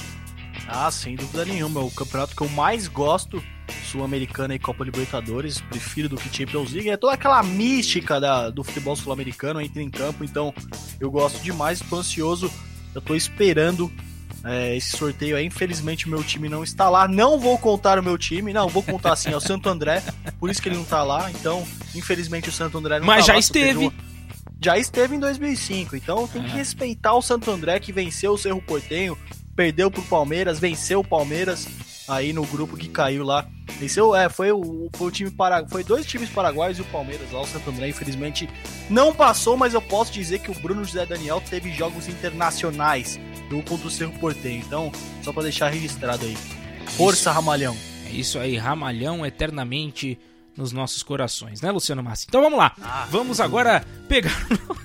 Ah, sem dúvida nenhuma, é o campeonato que eu mais gosto, Sul-Americana e Copa Libertadores, prefiro do que Champions League, é toda aquela mística da, do futebol sul-americano, entra em campo, então eu gosto demais, estou ansioso, eu estou esperando é, esse sorteio aí. Infelizmente o meu time não está lá, não vou contar o meu time, não, vou contar assim, é o Santo André, por isso que ele não está lá, então infelizmente o Santo André não Mas tá já lá. esteve. Já esteve em dois mil e cinco, então tem que é. respeitar o Santo André, que venceu o Cerro Porteño, perdeu pro Palmeiras, venceu o Palmeiras aí no grupo que caiu lá. Venceu, é, foi o, foi o time para, foi dois times paraguaios e o Palmeiras lá. O Santo André infelizmente não passou, mas eu posso dizer que o Bruno José Daniel teve jogos internacionais do contra o Cerro Porteño. Então, só para deixar registrado aí. Força, isso. Ramalhão. É isso aí, Ramalhão eternamente nos nossos corações, né, Luciano Massi? Então vamos lá. Ah, vamos agora pegar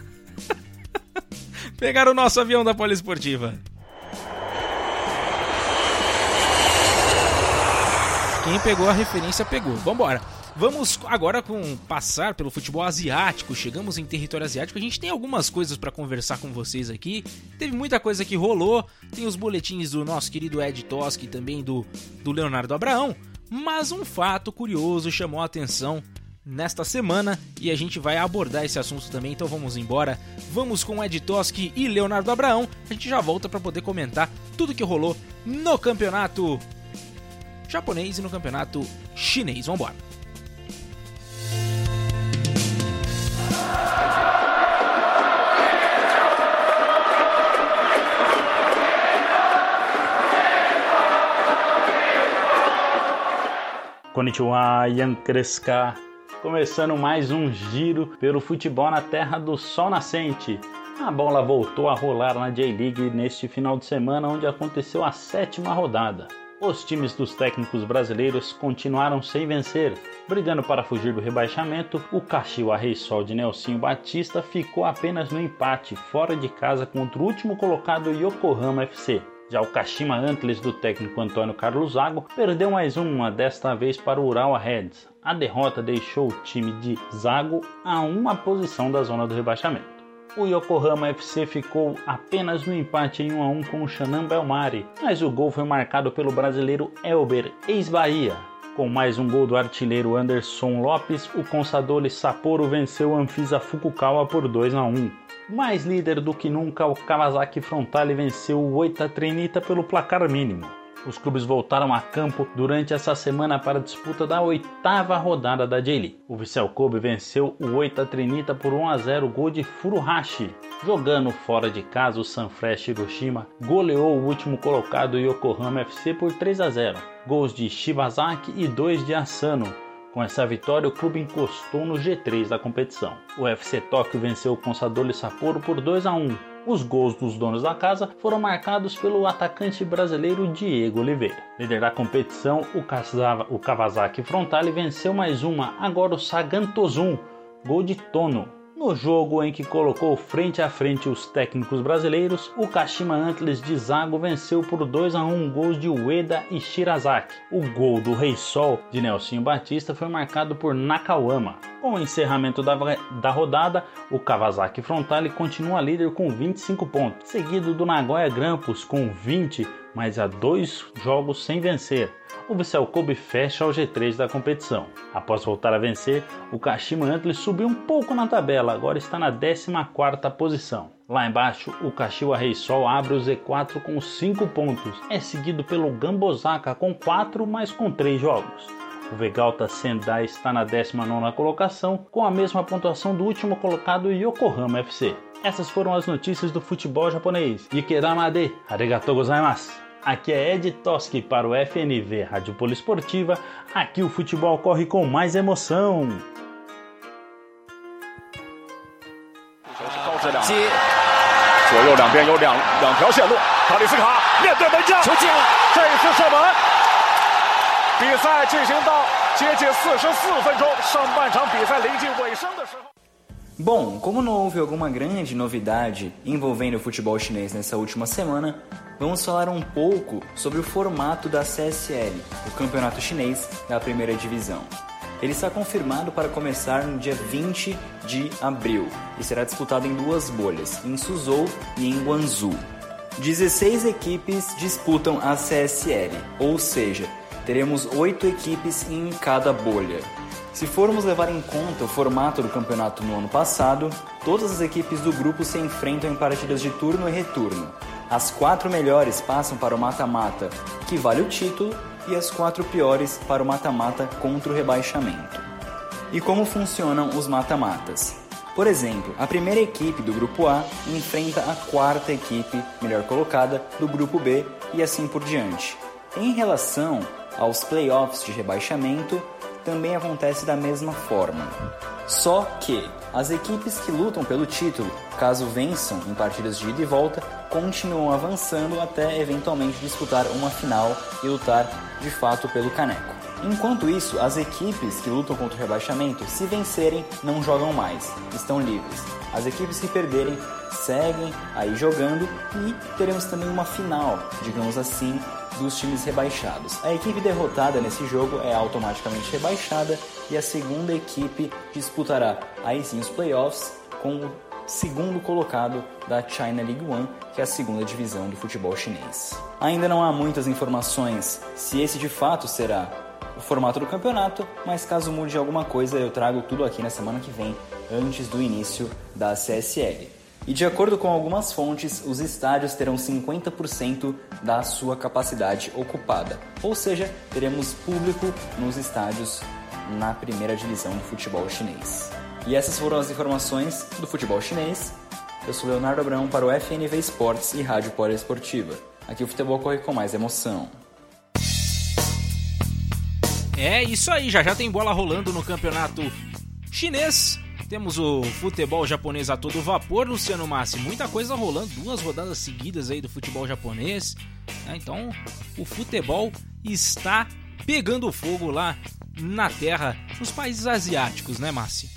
pegar o nosso avião da Poliesportiva. Quem pegou a referência, pegou. Vambora. Vamos agora com passar pelo futebol asiático. Chegamos em território asiático. A gente tem algumas coisas para conversar com vocês aqui. Teve muita coisa que rolou. Tem os boletins do nosso querido Ed Toski e também do, do Leonardo Abraão. Mas um fato curioso chamou a atenção nesta semana e a gente vai abordar esse assunto também. Então vamos embora. Vamos com Ed Toski e Leonardo Abraão. A gente já volta para poder comentar tudo que rolou no campeonato japonês e no campeonato chinês. Vamos embora. Konnichiwa, Yankreska. Começando mais um giro pelo futebol na terra do sol nascente. A bola voltou a rolar na J-League neste final de semana, onde aconteceu a sétima rodada. Os times dos técnicos brasileiros continuaram sem vencer. Brigando para fugir do rebaixamento, o Kashiwa Reysol de Nelsinho Batista ficou apenas no empate, fora de casa contra o último colocado Yokohama F C. Já o Kashima Antlers do técnico Antônio Carlos Zago perdeu mais uma, desta vez para o Urawa Reds. A derrota deixou o time de Zago a uma posição da zona do rebaixamento. O Yokohama F C ficou apenas no empate em um a um com o Shannon Belmari, mas o gol foi marcado pelo brasileiro Elber, ex-Bahia. Com mais um gol do artilheiro Anderson Lopes, o Consadole Sapporo venceu o Anfisa Fukuoka por dois a um. Mais líder do que nunca, o Kawasaki Frontale venceu o Oita Trinita pelo placar mínimo. Os clubes voltaram a campo durante essa semana para a disputa da oitava rodada da J-League. O Vissel Kobe venceu o Oita Trinita por um a zero, gol de Furuhashi. Jogando fora de casa, o Sanfrecce Hiroshima goleou o último colocado Yokohama F C por três a zero. Gols de Shibazaki e dois de Asano. Com essa vitória, o clube encostou no G três da competição. O F C Tóquio venceu o Consadole Sapporo por dois a um. Os gols dos donos da casa foram marcados pelo atacante brasileiro Diego Oliveira. Líder da competição, o, Kazawa, o Kawasaki Frontale venceu mais uma, agora o Sagan Tosun, gol de Tono. No jogo em que colocou frente a frente os técnicos brasileiros, o Kashima Antlers de Zago venceu por dois a um, gols de Ueda e Shirazaki. O gol do Reysol de Nelsinho Batista foi marcado por Nakawama. Com o encerramento da, da rodada, o Kawasaki Frontale continua líder com vinte e cinco pontos, seguido do Nagoya Grampus com vinte, mas há dois jogos sem vencer. O Vissel Kobe fecha o G três da competição. Após voltar a vencer, o Kashima Antlers subiu um pouco na tabela, agora está na décima quarta posição. Lá embaixo, o Kashiwa Reysol abre o Z quatro com cinco pontos. É seguido pelo Gambosaka com quatro, mas com três jogos. O Vegalta Sendai está na décima nona colocação, com a mesma pontuação do último colocado Yokohama F C. Essas foram as notícias do futebol japonês. Ikeramade, arigatou gozaimasu. Aqui é Ed Toski para o F N V Rádio Poliesportiva. Aqui o futebol corre com mais emoção. 左右两边有两两条线路，卡里斯卡面对门将，球进了，这一次射门。比赛进行到接近四十四分钟，上半场比赛临近尾声的时候。 Bom, como não houve alguma grande novidade envolvendo o futebol chinês nessa última semana, vamos falar um pouco sobre o formato da C S L, o Campeonato Chinês da Primeira Divisão. Ele está confirmado para começar no dia vinte de abril e será disputado em duas bolhas, em Suzhou e em Guangzhou. dezesseis equipes disputam a C S L, ou seja, teremos oito equipes em cada bolha. Se formos levar em conta o formato do campeonato no ano passado, todas as equipes do grupo se enfrentam em partidas de turno e retorno. As quatro melhores passam para o mata-mata, que vale o título, e as quatro piores para o mata-mata contra o rebaixamento. E como funcionam os mata-matas? Por exemplo, a primeira equipe do grupo A enfrenta a quarta equipe melhor colocada do grupo B e assim por diante. Em relação aos playoffs de rebaixamento, também acontece da mesma forma. Só que as equipes que lutam pelo título, caso vençam em partidas de ida e volta, continuam avançando até eventualmente disputar uma final e lutar de fato pelo caneco. Enquanto isso, as equipes que lutam contra o rebaixamento, se vencerem, não jogam mais, estão livres. As equipes que perderem seguem aí jogando e teremos também uma final, digamos assim, dos times rebaixados. A equipe derrotada nesse jogo é automaticamente rebaixada e a segunda equipe disputará aí sim os playoffs com o segundo colocado da China League One, que é a segunda divisão do futebol chinês. Ainda não há muitas informações se esse de fato será o formato do campeonato, mas caso mude alguma coisa eu trago tudo aqui na semana que vem, antes do início da C S L. E de acordo com algumas fontes, os estádios terão cinquenta por cento da sua capacidade ocupada, ou seja, teremos público nos estádios na primeira divisão do futebol chinês. E essas foram as informações do futebol chinês. Eu sou Leonardo Abrão para o F N V Esportes e Rádio Poliesportiva. Aqui o futebol corre com mais emoção. É isso aí, já já tem bola rolando no campeonato chinês. Temos o futebol japonês a todo vapor, Luciano Massi. Muita coisa rolando, duas rodadas seguidas aí do futebol japonês. Então, o futebol está pegando fogo lá na terra, nos países asiáticos, né, Massi?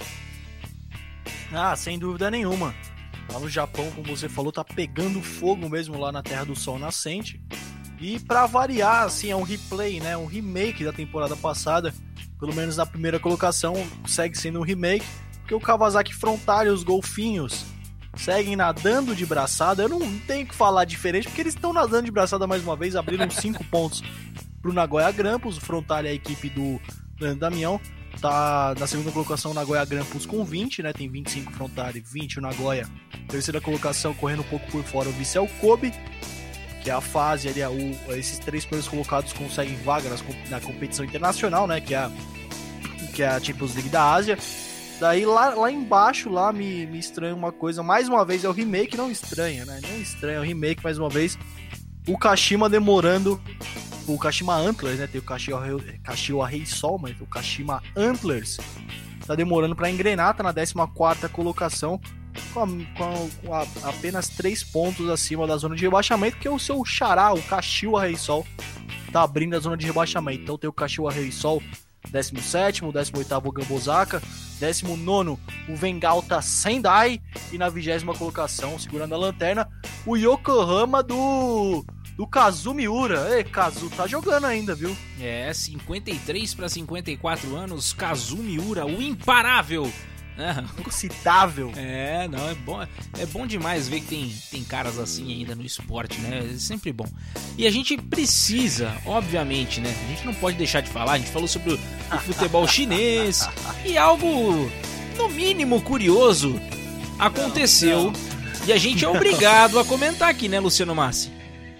Ah, sem dúvida nenhuma. Lá no Japão, como você falou, tá pegando fogo mesmo lá na Terra do Sol Nascente. E pra variar, assim, é um replay, né? Um remake da temporada passada. Pelo menos na primeira colocação, segue sendo um remake. Porque o Kawasaki Frontale e os golfinhos seguem nadando de braçada. Eu não tenho que falar diferente, porque eles estão nadando de braçada mais uma vez. Abriram cinco pontos pro Nagoya Grampus. O Frontale é a equipe do Leandro Damião. Tá na segunda colocação o Nagoya Grampus com vinte, né? Tem vinte e cinco Frontale, vinte o Nagoya. Terceira colocação, correndo um pouco por fora, o vice é o Kobe, que é a fase ali, o, esses três primeiros colocados conseguem vaga nas, na competição internacional, né? Que é a, que é a Champions League da Ásia. Daí lá, lá embaixo, lá me, me estranha uma coisa, mais uma vez é o remake, não estranha, né? Não estranha, é o remake mais uma vez. O Kashima demorando, o Kashima Antlers, né? Tem o Kashiwa Rei Sol, mas o Kashima Antlers tá demorando para engrenar, tá na décima quarta colocação, com, a, com, a, com a, apenas três pontos acima da zona de rebaixamento, que é o seu xará, o Kashiwa Rei Sol, tá abrindo a zona de rebaixamento. Então tem o Kashiwa Rei Sol, décimo sétimo, décimo oitavo o Gambosaka, décimo nono o Vengalta Sendai, e na vigésima colocação, segurando a lanterna, o Yokohama do, do Kazu Miura. Ei, Kazu tá jogando ainda, viu? É, cinquenta e três para cinquenta e quatro anos, Kazu Miura, o imparável. Inconcitável. É, não, é bom, é bom demais ver que tem, tem caras assim ainda no esporte, né? É sempre bom. E a gente precisa, obviamente, né? A gente não pode deixar de falar, a gente falou sobre o, o futebol chinês e algo, no mínimo, curioso aconteceu. Não, não. E a gente é obrigado a comentar aqui, né, Luciano Massi?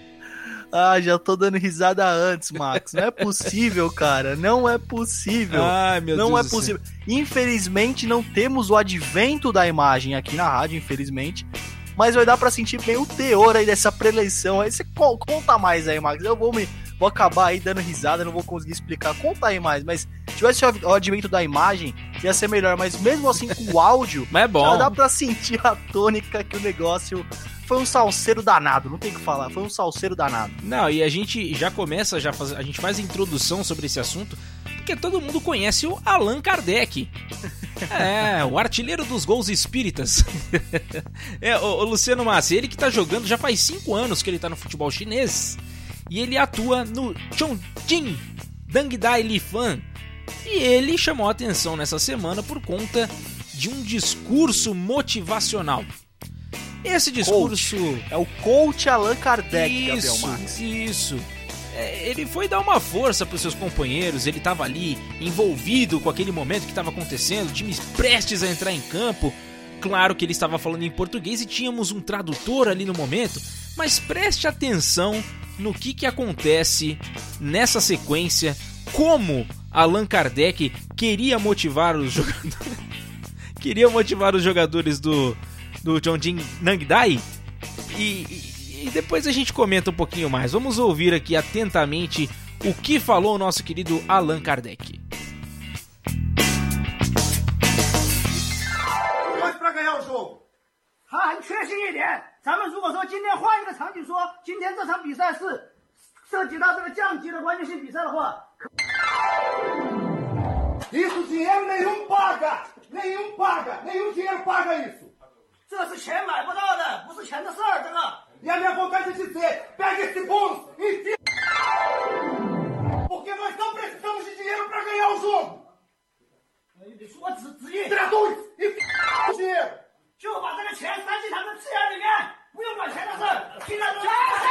Ah, já tô dando risada antes, Max. Não é possível, cara. Não é possível. Ai, meu não Deus é possível. Infelizmente, não temos o advento da imagem aqui na rádio, infelizmente. Mas vai dar pra sentir bem o teor aí dessa preleição. Aí você conta mais aí, Max. Eu vou me vou acabar aí dando risada, não vou conseguir explicar. Conta aí mais. Mas se tivesse o advento da imagem, ia ser melhor. Mas mesmo assim, com o áudio, mas é bom. Já dá pra sentir a tônica que o negócio... Foi um salseiro danado, não tem o que falar, foi um salseiro danado. Não, e a gente já começa, já faz, a gente faz a introdução sobre esse assunto, porque todo mundo conhece o Allan Kardec. É, o artilheiro dos gols espíritas. É, o, o Luciano Massi, ele que tá jogando já faz cinco anos que ele tá no futebol chinês, e ele atua no Chongqing Dangdai Lifan, e ele chamou a atenção nessa semana por conta de um discurso motivacional. Esse discurso... Coach. É o coach Allan Kardec, isso, Gabriel Marques. Isso, é, ele foi dar uma força para os seus companheiros, ele estava ali envolvido com aquele momento que estava acontecendo, o time prestes a entrar em campo. Claro que ele estava falando em português e tínhamos um tradutor ali no momento, mas preste atenção no que, que acontece nessa sequência, como Allan Kardec queria motivar os jogadores, queria motivar os jogadores do... do Chongqing Dangdai, e, e, e depois a gente comenta um pouquinho mais. Vamos ouvir aqui atentamente o que falou o nosso querido Allan Kardec. Para ganhar o jogo. 他很确信一点，咱们如果说今天换一个场景说，今天这场比赛是涉及到这个降级的关键性比赛的话， Isso dinheiro nenhum paga, nenhum paga, nenhum dinheiro paga isso. 这是钱买不到的，不是钱的事儿，这个。E a minha vontade é dizer, pega esse bônus e enfia. Porque nós não precisamos de dinheiro para ganhar o jogo. 我只执意这俩东西，你去，就把这个钱塞进他们资源里面，不用管钱的事，现在都。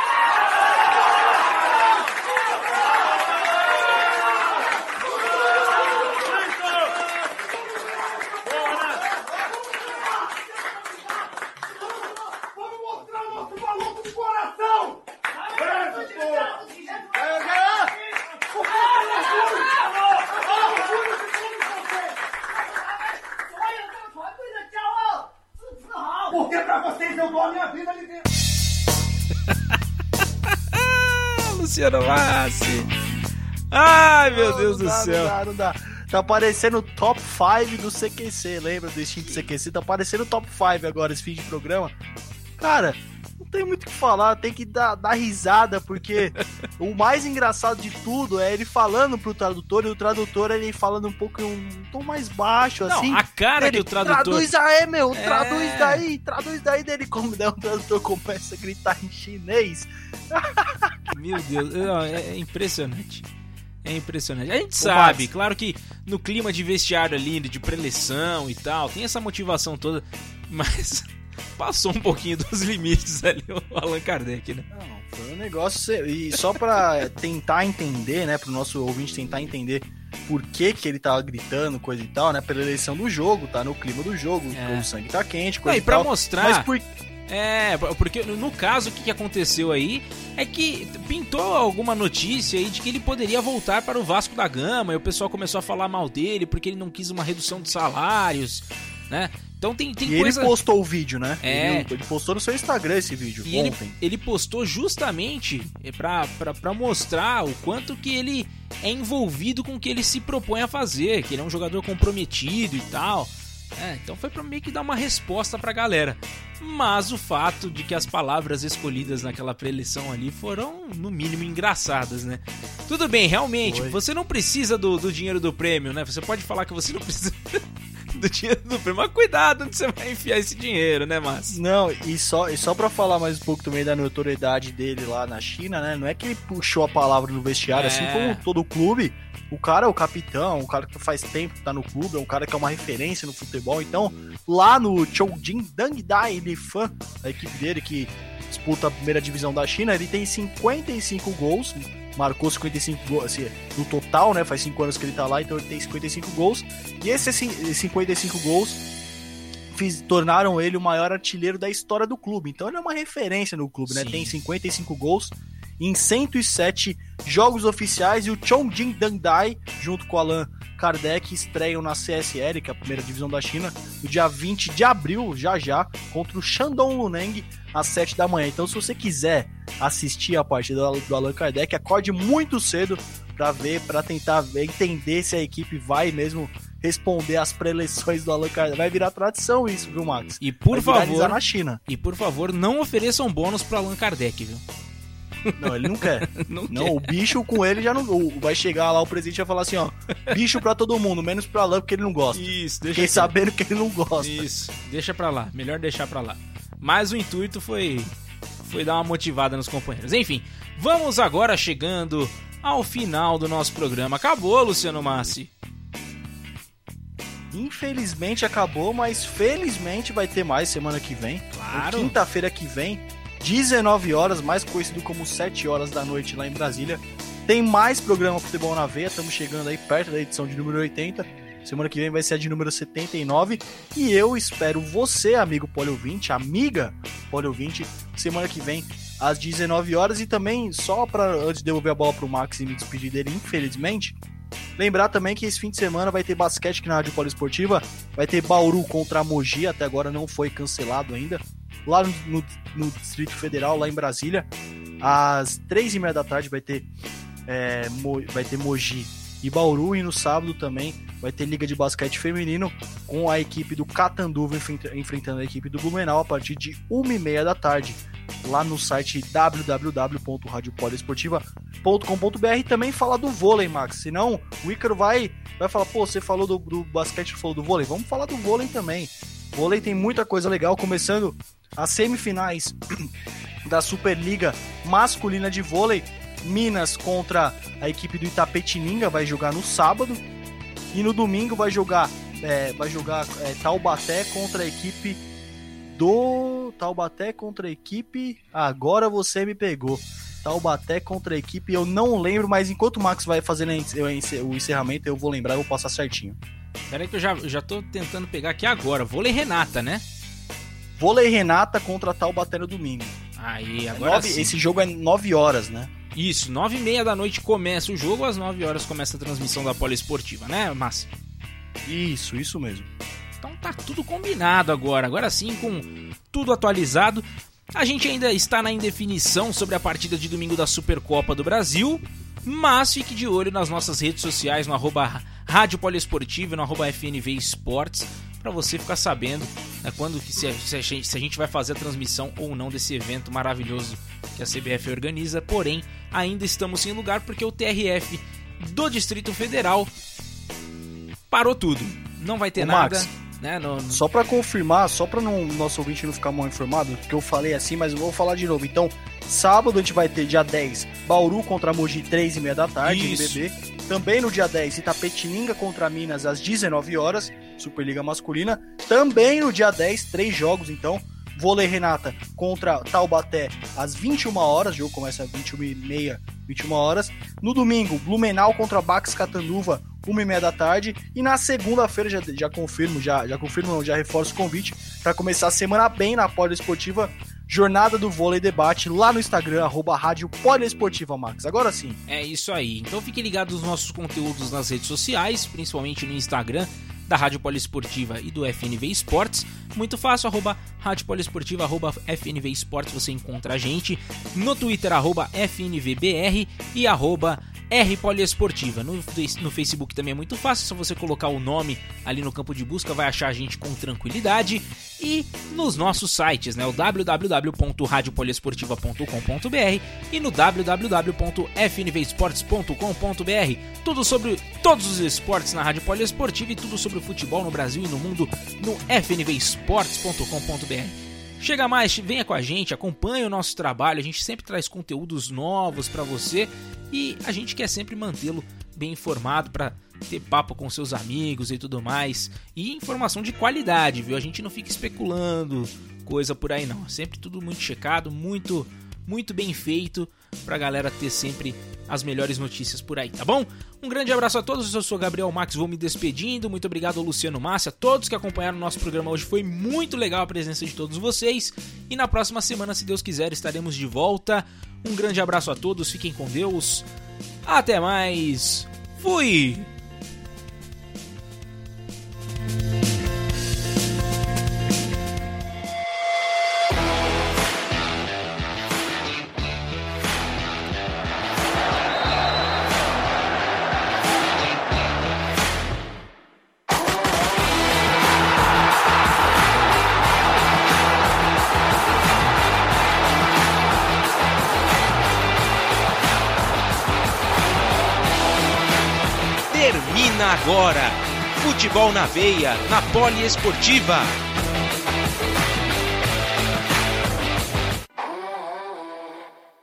Luciano Massi. Ai, meu Deus do céu. Não dá, não dá. Tá parecendo o top cinco do C Q C, lembra do extinto C Q C? Tá parecendo o top cinco agora, esse fim de programa. Cara, não tem muito o que falar, tem que dar, dar risada, porque o mais engraçado de tudo é ele falando pro tradutor, e o tradutor ele falando um pouco em um tom mais baixo, não, assim. A cara ele, que o tradutor... Traduz aí, meu, é... traduz daí, traduz daí dele, como daí o tradutor começa a gritar em chinês. Meu Deus, é impressionante. É impressionante. A gente sabe, claro que no clima de vestiário ali, de preleção e tal, tem essa motivação toda, mas passou um pouquinho dos limites ali o Allan Kardec, né? Não, foi um negócio... E só pra tentar entender, né, pro nosso ouvinte tentar entender por que que ele tava gritando, coisa e tal, né, pela eleição do jogo, tá no clima do jogo, é. O sangue tá quente, coisa Não, e pra tal. mostrar... Mas por... É, porque no caso o que aconteceu aí é que pintou alguma notícia aí de que ele poderia voltar para o Vasco da Gama, e o pessoal começou a falar mal dele porque ele não quis uma redução de salários, né? Então tem, tem e coisa... ele postou o vídeo, né? É. Ele, ele postou no seu Instagram esse vídeo e ontem. Ele, ele postou justamente pra, pra, pra mostrar o quanto que ele é envolvido com o que ele se propõe a fazer, que ele é um jogador comprometido e tal. É, então foi pra meio que dar uma resposta pra galera. Mas o fato de que as palavras escolhidas naquela pré-eleição ali foram, no mínimo, engraçadas, né? Tudo bem, realmente, foi. Você não precisa do, do dinheiro do prêmio, né? Você pode falar que você não precisa do dinheiro do prêmio, mas cuidado onde você vai enfiar esse dinheiro, né, Márcio? Não, e só, e só pra falar mais um pouco também da notoriedade dele lá na China, né? Não é que ele puxou a palavra no vestiário, é. Assim como todo o clube. O cara é o capitão, o cara que faz tempo que tá no clube, é um cara que é uma referência no futebol. Então, lá no Chongqing Dangdai Lifan, a equipe dele que disputa a primeira divisão da China, ele tem cinquenta e cinco gols, marcou cinquenta e cinco gols, assim, no total, né? Faz cinco anos que ele tá lá, então ele tem cinquenta e cinco gols. E esses cinquenta e cinco gols fiz, tornaram ele o maior artilheiro da história do clube. Então ele é uma referência no clube, né? Tem cinquenta e cinco gols em cento e sete jogos oficiais, e o Chongqing Dangdai, junto com o Allan Kardec, estreiam na C S L, que é a primeira divisão da China, no dia vinte de abril, já já, contra o Shandong Luneng, às sete da manhã. Então, se você quiser assistir a partida do Allan Kardec, acorde muito cedo para ver, para tentar ver, entender se a equipe vai mesmo responder às pré-eleições do Allan Kardec. Vai virar tradição isso, viu, Max? E por vai favor, na China. E por favor, não ofereçam bônus para Allan Kardec, viu? Não, ele não quer. não, não quer. O bicho com ele já não... Vai chegar lá, o presidente vai falar assim, ó, bicho pra todo mundo, menos pra Allan, porque ele não gosta. Isso, deixa Fiquei sabendo que ele não gosta. Isso, deixa pra lá, melhor deixar pra lá. Mas o intuito foi, foi dar uma motivada nos companheiros. Enfim, vamos agora chegando ao final do nosso programa. Acabou, Luciano Massi. Infelizmente acabou, mas felizmente vai ter mais semana que vem. Claro. Quinta-feira que vem, dezenove horas, mais conhecido como sete horas da noite lá em Brasília. Tem mais programa Futebol na Veia, estamos chegando aí perto da edição de número oitenta. Semana que vem vai ser a de número setenta e nove. E eu espero você, amigo poliouvinte, amiga poliouvinte, semana que vem às dezenove horas. E também, só para antes de devolver a bola pro Max e me despedir dele, infelizmente, lembrar também que esse fim de semana vai ter basquete aqui na Rádio Poliesportiva. Vai ter Bauru contra a Mogi, até agora não foi cancelado ainda. Lá no, no, no Distrito Federal, lá em Brasília, às três e meia da tarde vai ter, é, Mo, vai ter Mogi e Bauru, e no sábado também vai ter Liga de Basquete Feminino com a equipe do Catanduva enfrentando a equipe do Blumenau a partir de uma e meia da tarde, lá no site w w w ponto radio poliesportiva ponto com ponto b r. E também falar do vôlei, Max, senão o Ícaro vai, vai falar, pô, você falou do, do basquete, falou do vôlei, vamos falar do vôlei também. Vôlei tem muita coisa legal, começando as semifinais da Superliga masculina de vôlei. Minas contra a equipe do Itapetininga vai jogar no sábado, e no domingo vai jogar é, vai jogar é, Taubaté contra a equipe do... Taubaté contra a equipe... Agora você me pegou. Taubaté contra a equipe, eu não lembro, mas enquanto o Max vai fazendo o encerramento, eu vou lembrar, eu vou passar certinho. Peraí que eu já, eu já tô tentando pegar aqui agora. Vôlei Renata, né? Vôlei Renata contra Taubaté no domingo. Aí, agora é nove, sim. Esse jogo é nove horas, né? Isso, nove e meia da noite começa o jogo, às nove horas começa a transmissão da Poliesportiva, né, Márcio? Isso, isso mesmo. Então tá tudo combinado agora, agora sim, com tudo atualizado. A gente ainda está na indefinição sobre a partida de domingo da Supercopa do Brasil, mas fique de olho nas nossas redes sociais, no arroba Rádio Poliesportiva e no arroba F N V Esportes, para você ficar sabendo, né, quando que se a, se, a gente, se a gente vai fazer a transmissão ou não desse evento maravilhoso que a C B F organiza. Porém, ainda estamos sem lugar porque o T R F do Distrito Federal parou tudo. Não vai ter Ô, nada. Max, né, no, no... Só para confirmar, só para o nosso ouvinte não ficar mal informado, que eu falei assim, mas eu vou falar de novo. Então, sábado a gente vai ter dia dez, Bauru contra Mogi, três e meia da tarde, Isso. N B B. Também no dia dez, Itapetininga contra Minas, às dezenove horas, Superliga Masculina. Também no dia dez, três jogos, então. Vôlei Renata contra Taubaté, às vinte e uma horas. O jogo começa às vinte e uma e meia, vinte e uma horas. No domingo, Blumenau contra Bax Catanduva, uma e meia da tarde. E na segunda-feira, já, já confirmo, já, já confirmo, não, já reforço o convite, para começar a semana bem na Poliesportiva. Jornada do Vôlei Debate lá no Instagram, arroba Rádio Poliesportiva, Max. Agora sim. É isso aí. Então fique ligado nos nossos conteúdos nas redes sociais, principalmente no Instagram da Rádio Poliesportiva e do F N V Esportes. Muito fácil, arroba Rádio Poliesportiva, arroba F N V Esportes, você encontra a gente. No Twitter, arroba F N V B R e arroba R Poliesportiva. No, no Facebook também é muito fácil, só você colocar o nome ali no campo de busca, vai achar a gente com tranquilidade. E nos nossos sites, né, o w w w ponto rádio poliesportiva ponto com ponto b r e no w w w ponto f n v esportes ponto com ponto b r. Tudo sobre todos os esportes na Rádio Poliesportiva e tudo sobre o futebol no Brasil e no mundo no f n v esportes ponto com ponto b r. Chega mais, venha com a gente, acompanhe o nosso trabalho, a gente sempre traz conteúdos novos para você e a gente quer sempre mantê-lo bem informado para ter papo com seus amigos e tudo mais, e informação de qualidade, viu? A gente não fica especulando coisa por aí não, sempre tudo muito checado, muito, muito bem feito pra galera ter sempre as melhores notícias por aí, tá bom? Um grande abraço a todos, eu sou Gabriel Max, vou me despedindo, muito obrigado ao Luciano Massa, a todos que acompanharam o nosso programa hoje, foi muito legal a presença de todos vocês, e na próxima semana, se Deus quiser, estaremos de volta. Um grande abraço a todos, fiquem com Deus, até mais, fui! Termina agora. Futebol na veia, na Poliesportiva.